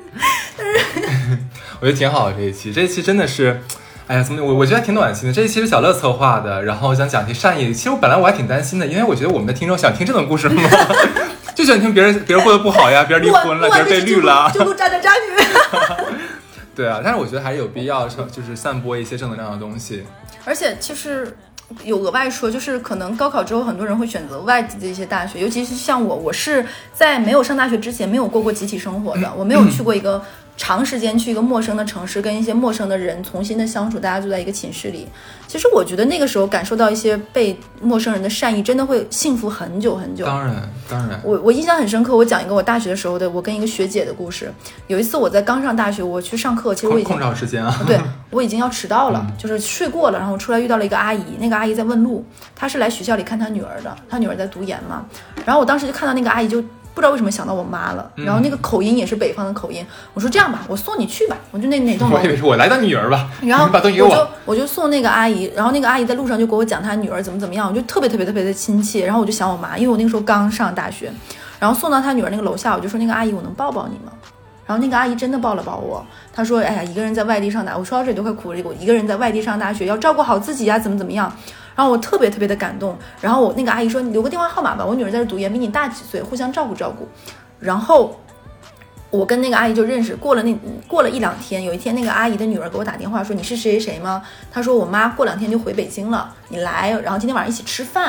我觉得挺好的这一期，这一期真的是，哎呀，怎么我我觉得还挺暖心的。这一期是小乐策划的，然后想讲题善意。其实我本来我还挺担心的，因为我觉得我们的听众想听这种故事吗？就喜欢听别人别人过得不好呀，别人离婚了，别人被绿了， 就够渣男渣女。 对啊，但是我觉得还是有必要，就是散播一些正能量的东西。 而且其实有额外说，就是可能高考之后很多人会选择外地的一些大学，尤其是像我，我是在没有上大学之前没有过过集体生活的，我没有去过一个长时间去一个陌生的城市，跟一些陌生的人重新的相处，大家住在一个寝室里。其实我觉得那个时候感受到一些被陌生人的善意，真的会幸福很久很久。 当然当然， 我我印象很深刻，我讲一个我大学的时候的我跟一个学姐的故事。有一次我在刚上大学，我去上课，其实我已经空找时间啊， 对，我已经要迟到了，嗯、就是睡过了，然后我出来遇到了一个阿姨，那个阿姨在问路，她是来学校里看她女儿的，她女儿在读研嘛，然后我当时就看到那个阿姨就不知道为什么想到我妈了，然后那个口音也是北方的口音，我说这样吧，我送你去吧，我就那哪栋楼， 我以为是我来当女儿吧， 然后你把东西给我， 我就我就送那个阿姨，然后那个阿姨在路上就给我讲她女儿怎么怎么样，我就特别特别特别的亲切，然后我就想我妈，因为我那个时候刚上大学，然后送到她女儿那个楼下，我就说那个阿姨我能抱抱你吗？然后那个阿姨真的抱了抱我，她说哎呀一个人在外地上大，我说到这里都快哭了，我一个人在外地上大学要照顾好自己呀，怎么怎么样。然后我特别特别的感动，然后我那个阿姨说你留个电话号码吧，我女儿在这读研，比你大几岁，互相照顾照顾。然后我跟那个阿姨就认识，过了那过了一两天，有一天那个阿姨的女儿给我打电话说你是谁谁谁吗？她说我妈过两天就回北京了，你来，然后今天晚上一起吃饭。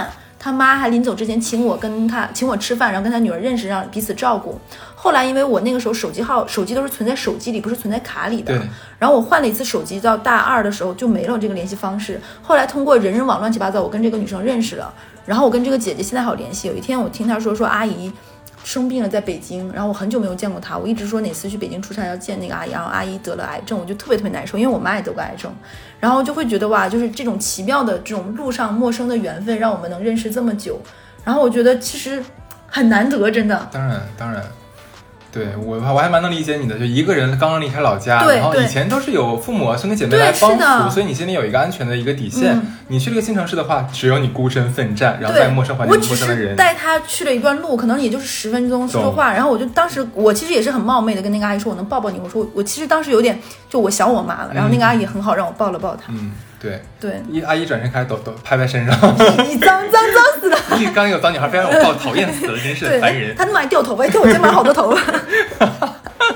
他妈还临走之前请我跟他请我吃饭，然后跟他女儿认识，让彼此照顾。后来因为我那个时候手机号手机都是存在手机里，不是存在卡里的，然后我换了一次手机，到大二的时候就没了这个联系方式。后来通过人人网乱七八糟，我跟这个女生认识了，然后我跟这个姐姐现在还有联系。有一天我听她说说阿姨生病了，在北京，然后我很久没有见过她，我一直说哪次去北京出差要见那个阿姨，然后阿姨得了癌症，我就特别特别难受，因为我妈也得过癌症，然后就会觉得哇，就是这种奇妙的这种路上陌生的缘分，让我们能认识这么久，然后我觉得其实很难得，真的。 当然当然，对我我还蛮能理解你的，就一个人刚刚离开老家， 对， 然后以前都是有父母兄弟姐妹来帮扶，所以你心里有一个安全的一个底线。嗯、你去这个新城市的话，只有你孤身奋战，然后在陌生环境、陌生的人。 我只是带他去了一段路，可能也就是十分钟说说话，然后我就当时我其实也是很冒昧的跟那个阿姨说，我能抱抱你。我说我其实当时有点就我想我妈了，然后那个阿姨也很好，让我抱了抱她。 嗯，对对。 一阿姨转身开始抖抖拍拍身上， 你脏脏脏死了！ 你刚有脏女孩非让我抱，讨厌死了，真是烦人。 她那么爱掉头发，掉我肩膀好多头发。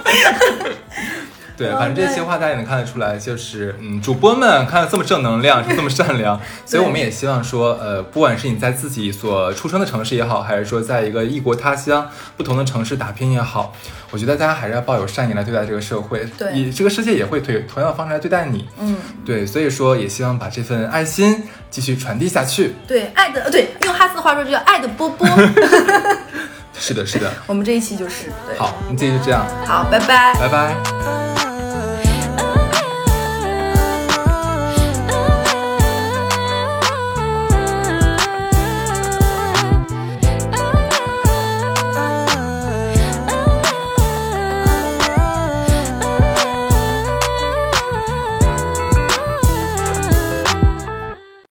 对，反正这些话大家也能看得出来，就是嗯，主播们看得这么正能量，这么善良，所以我们也希望说，呃，不管是你在自己所出生的城市也好，还是说在一个异国他乡不同的城市打拼也好，我觉得大家还是要抱有善意来对待这个社会， 对， 以这个世界也会推同样的方式来对待你，嗯，对，所以说也希望把这份爱心继续传递下去。 对，爱的，对，用哈斯的话说就叫爱的波波。 是的，是的， 我们这一期就是，对， 好，你这期就这样， 好，拜拜， 拜拜。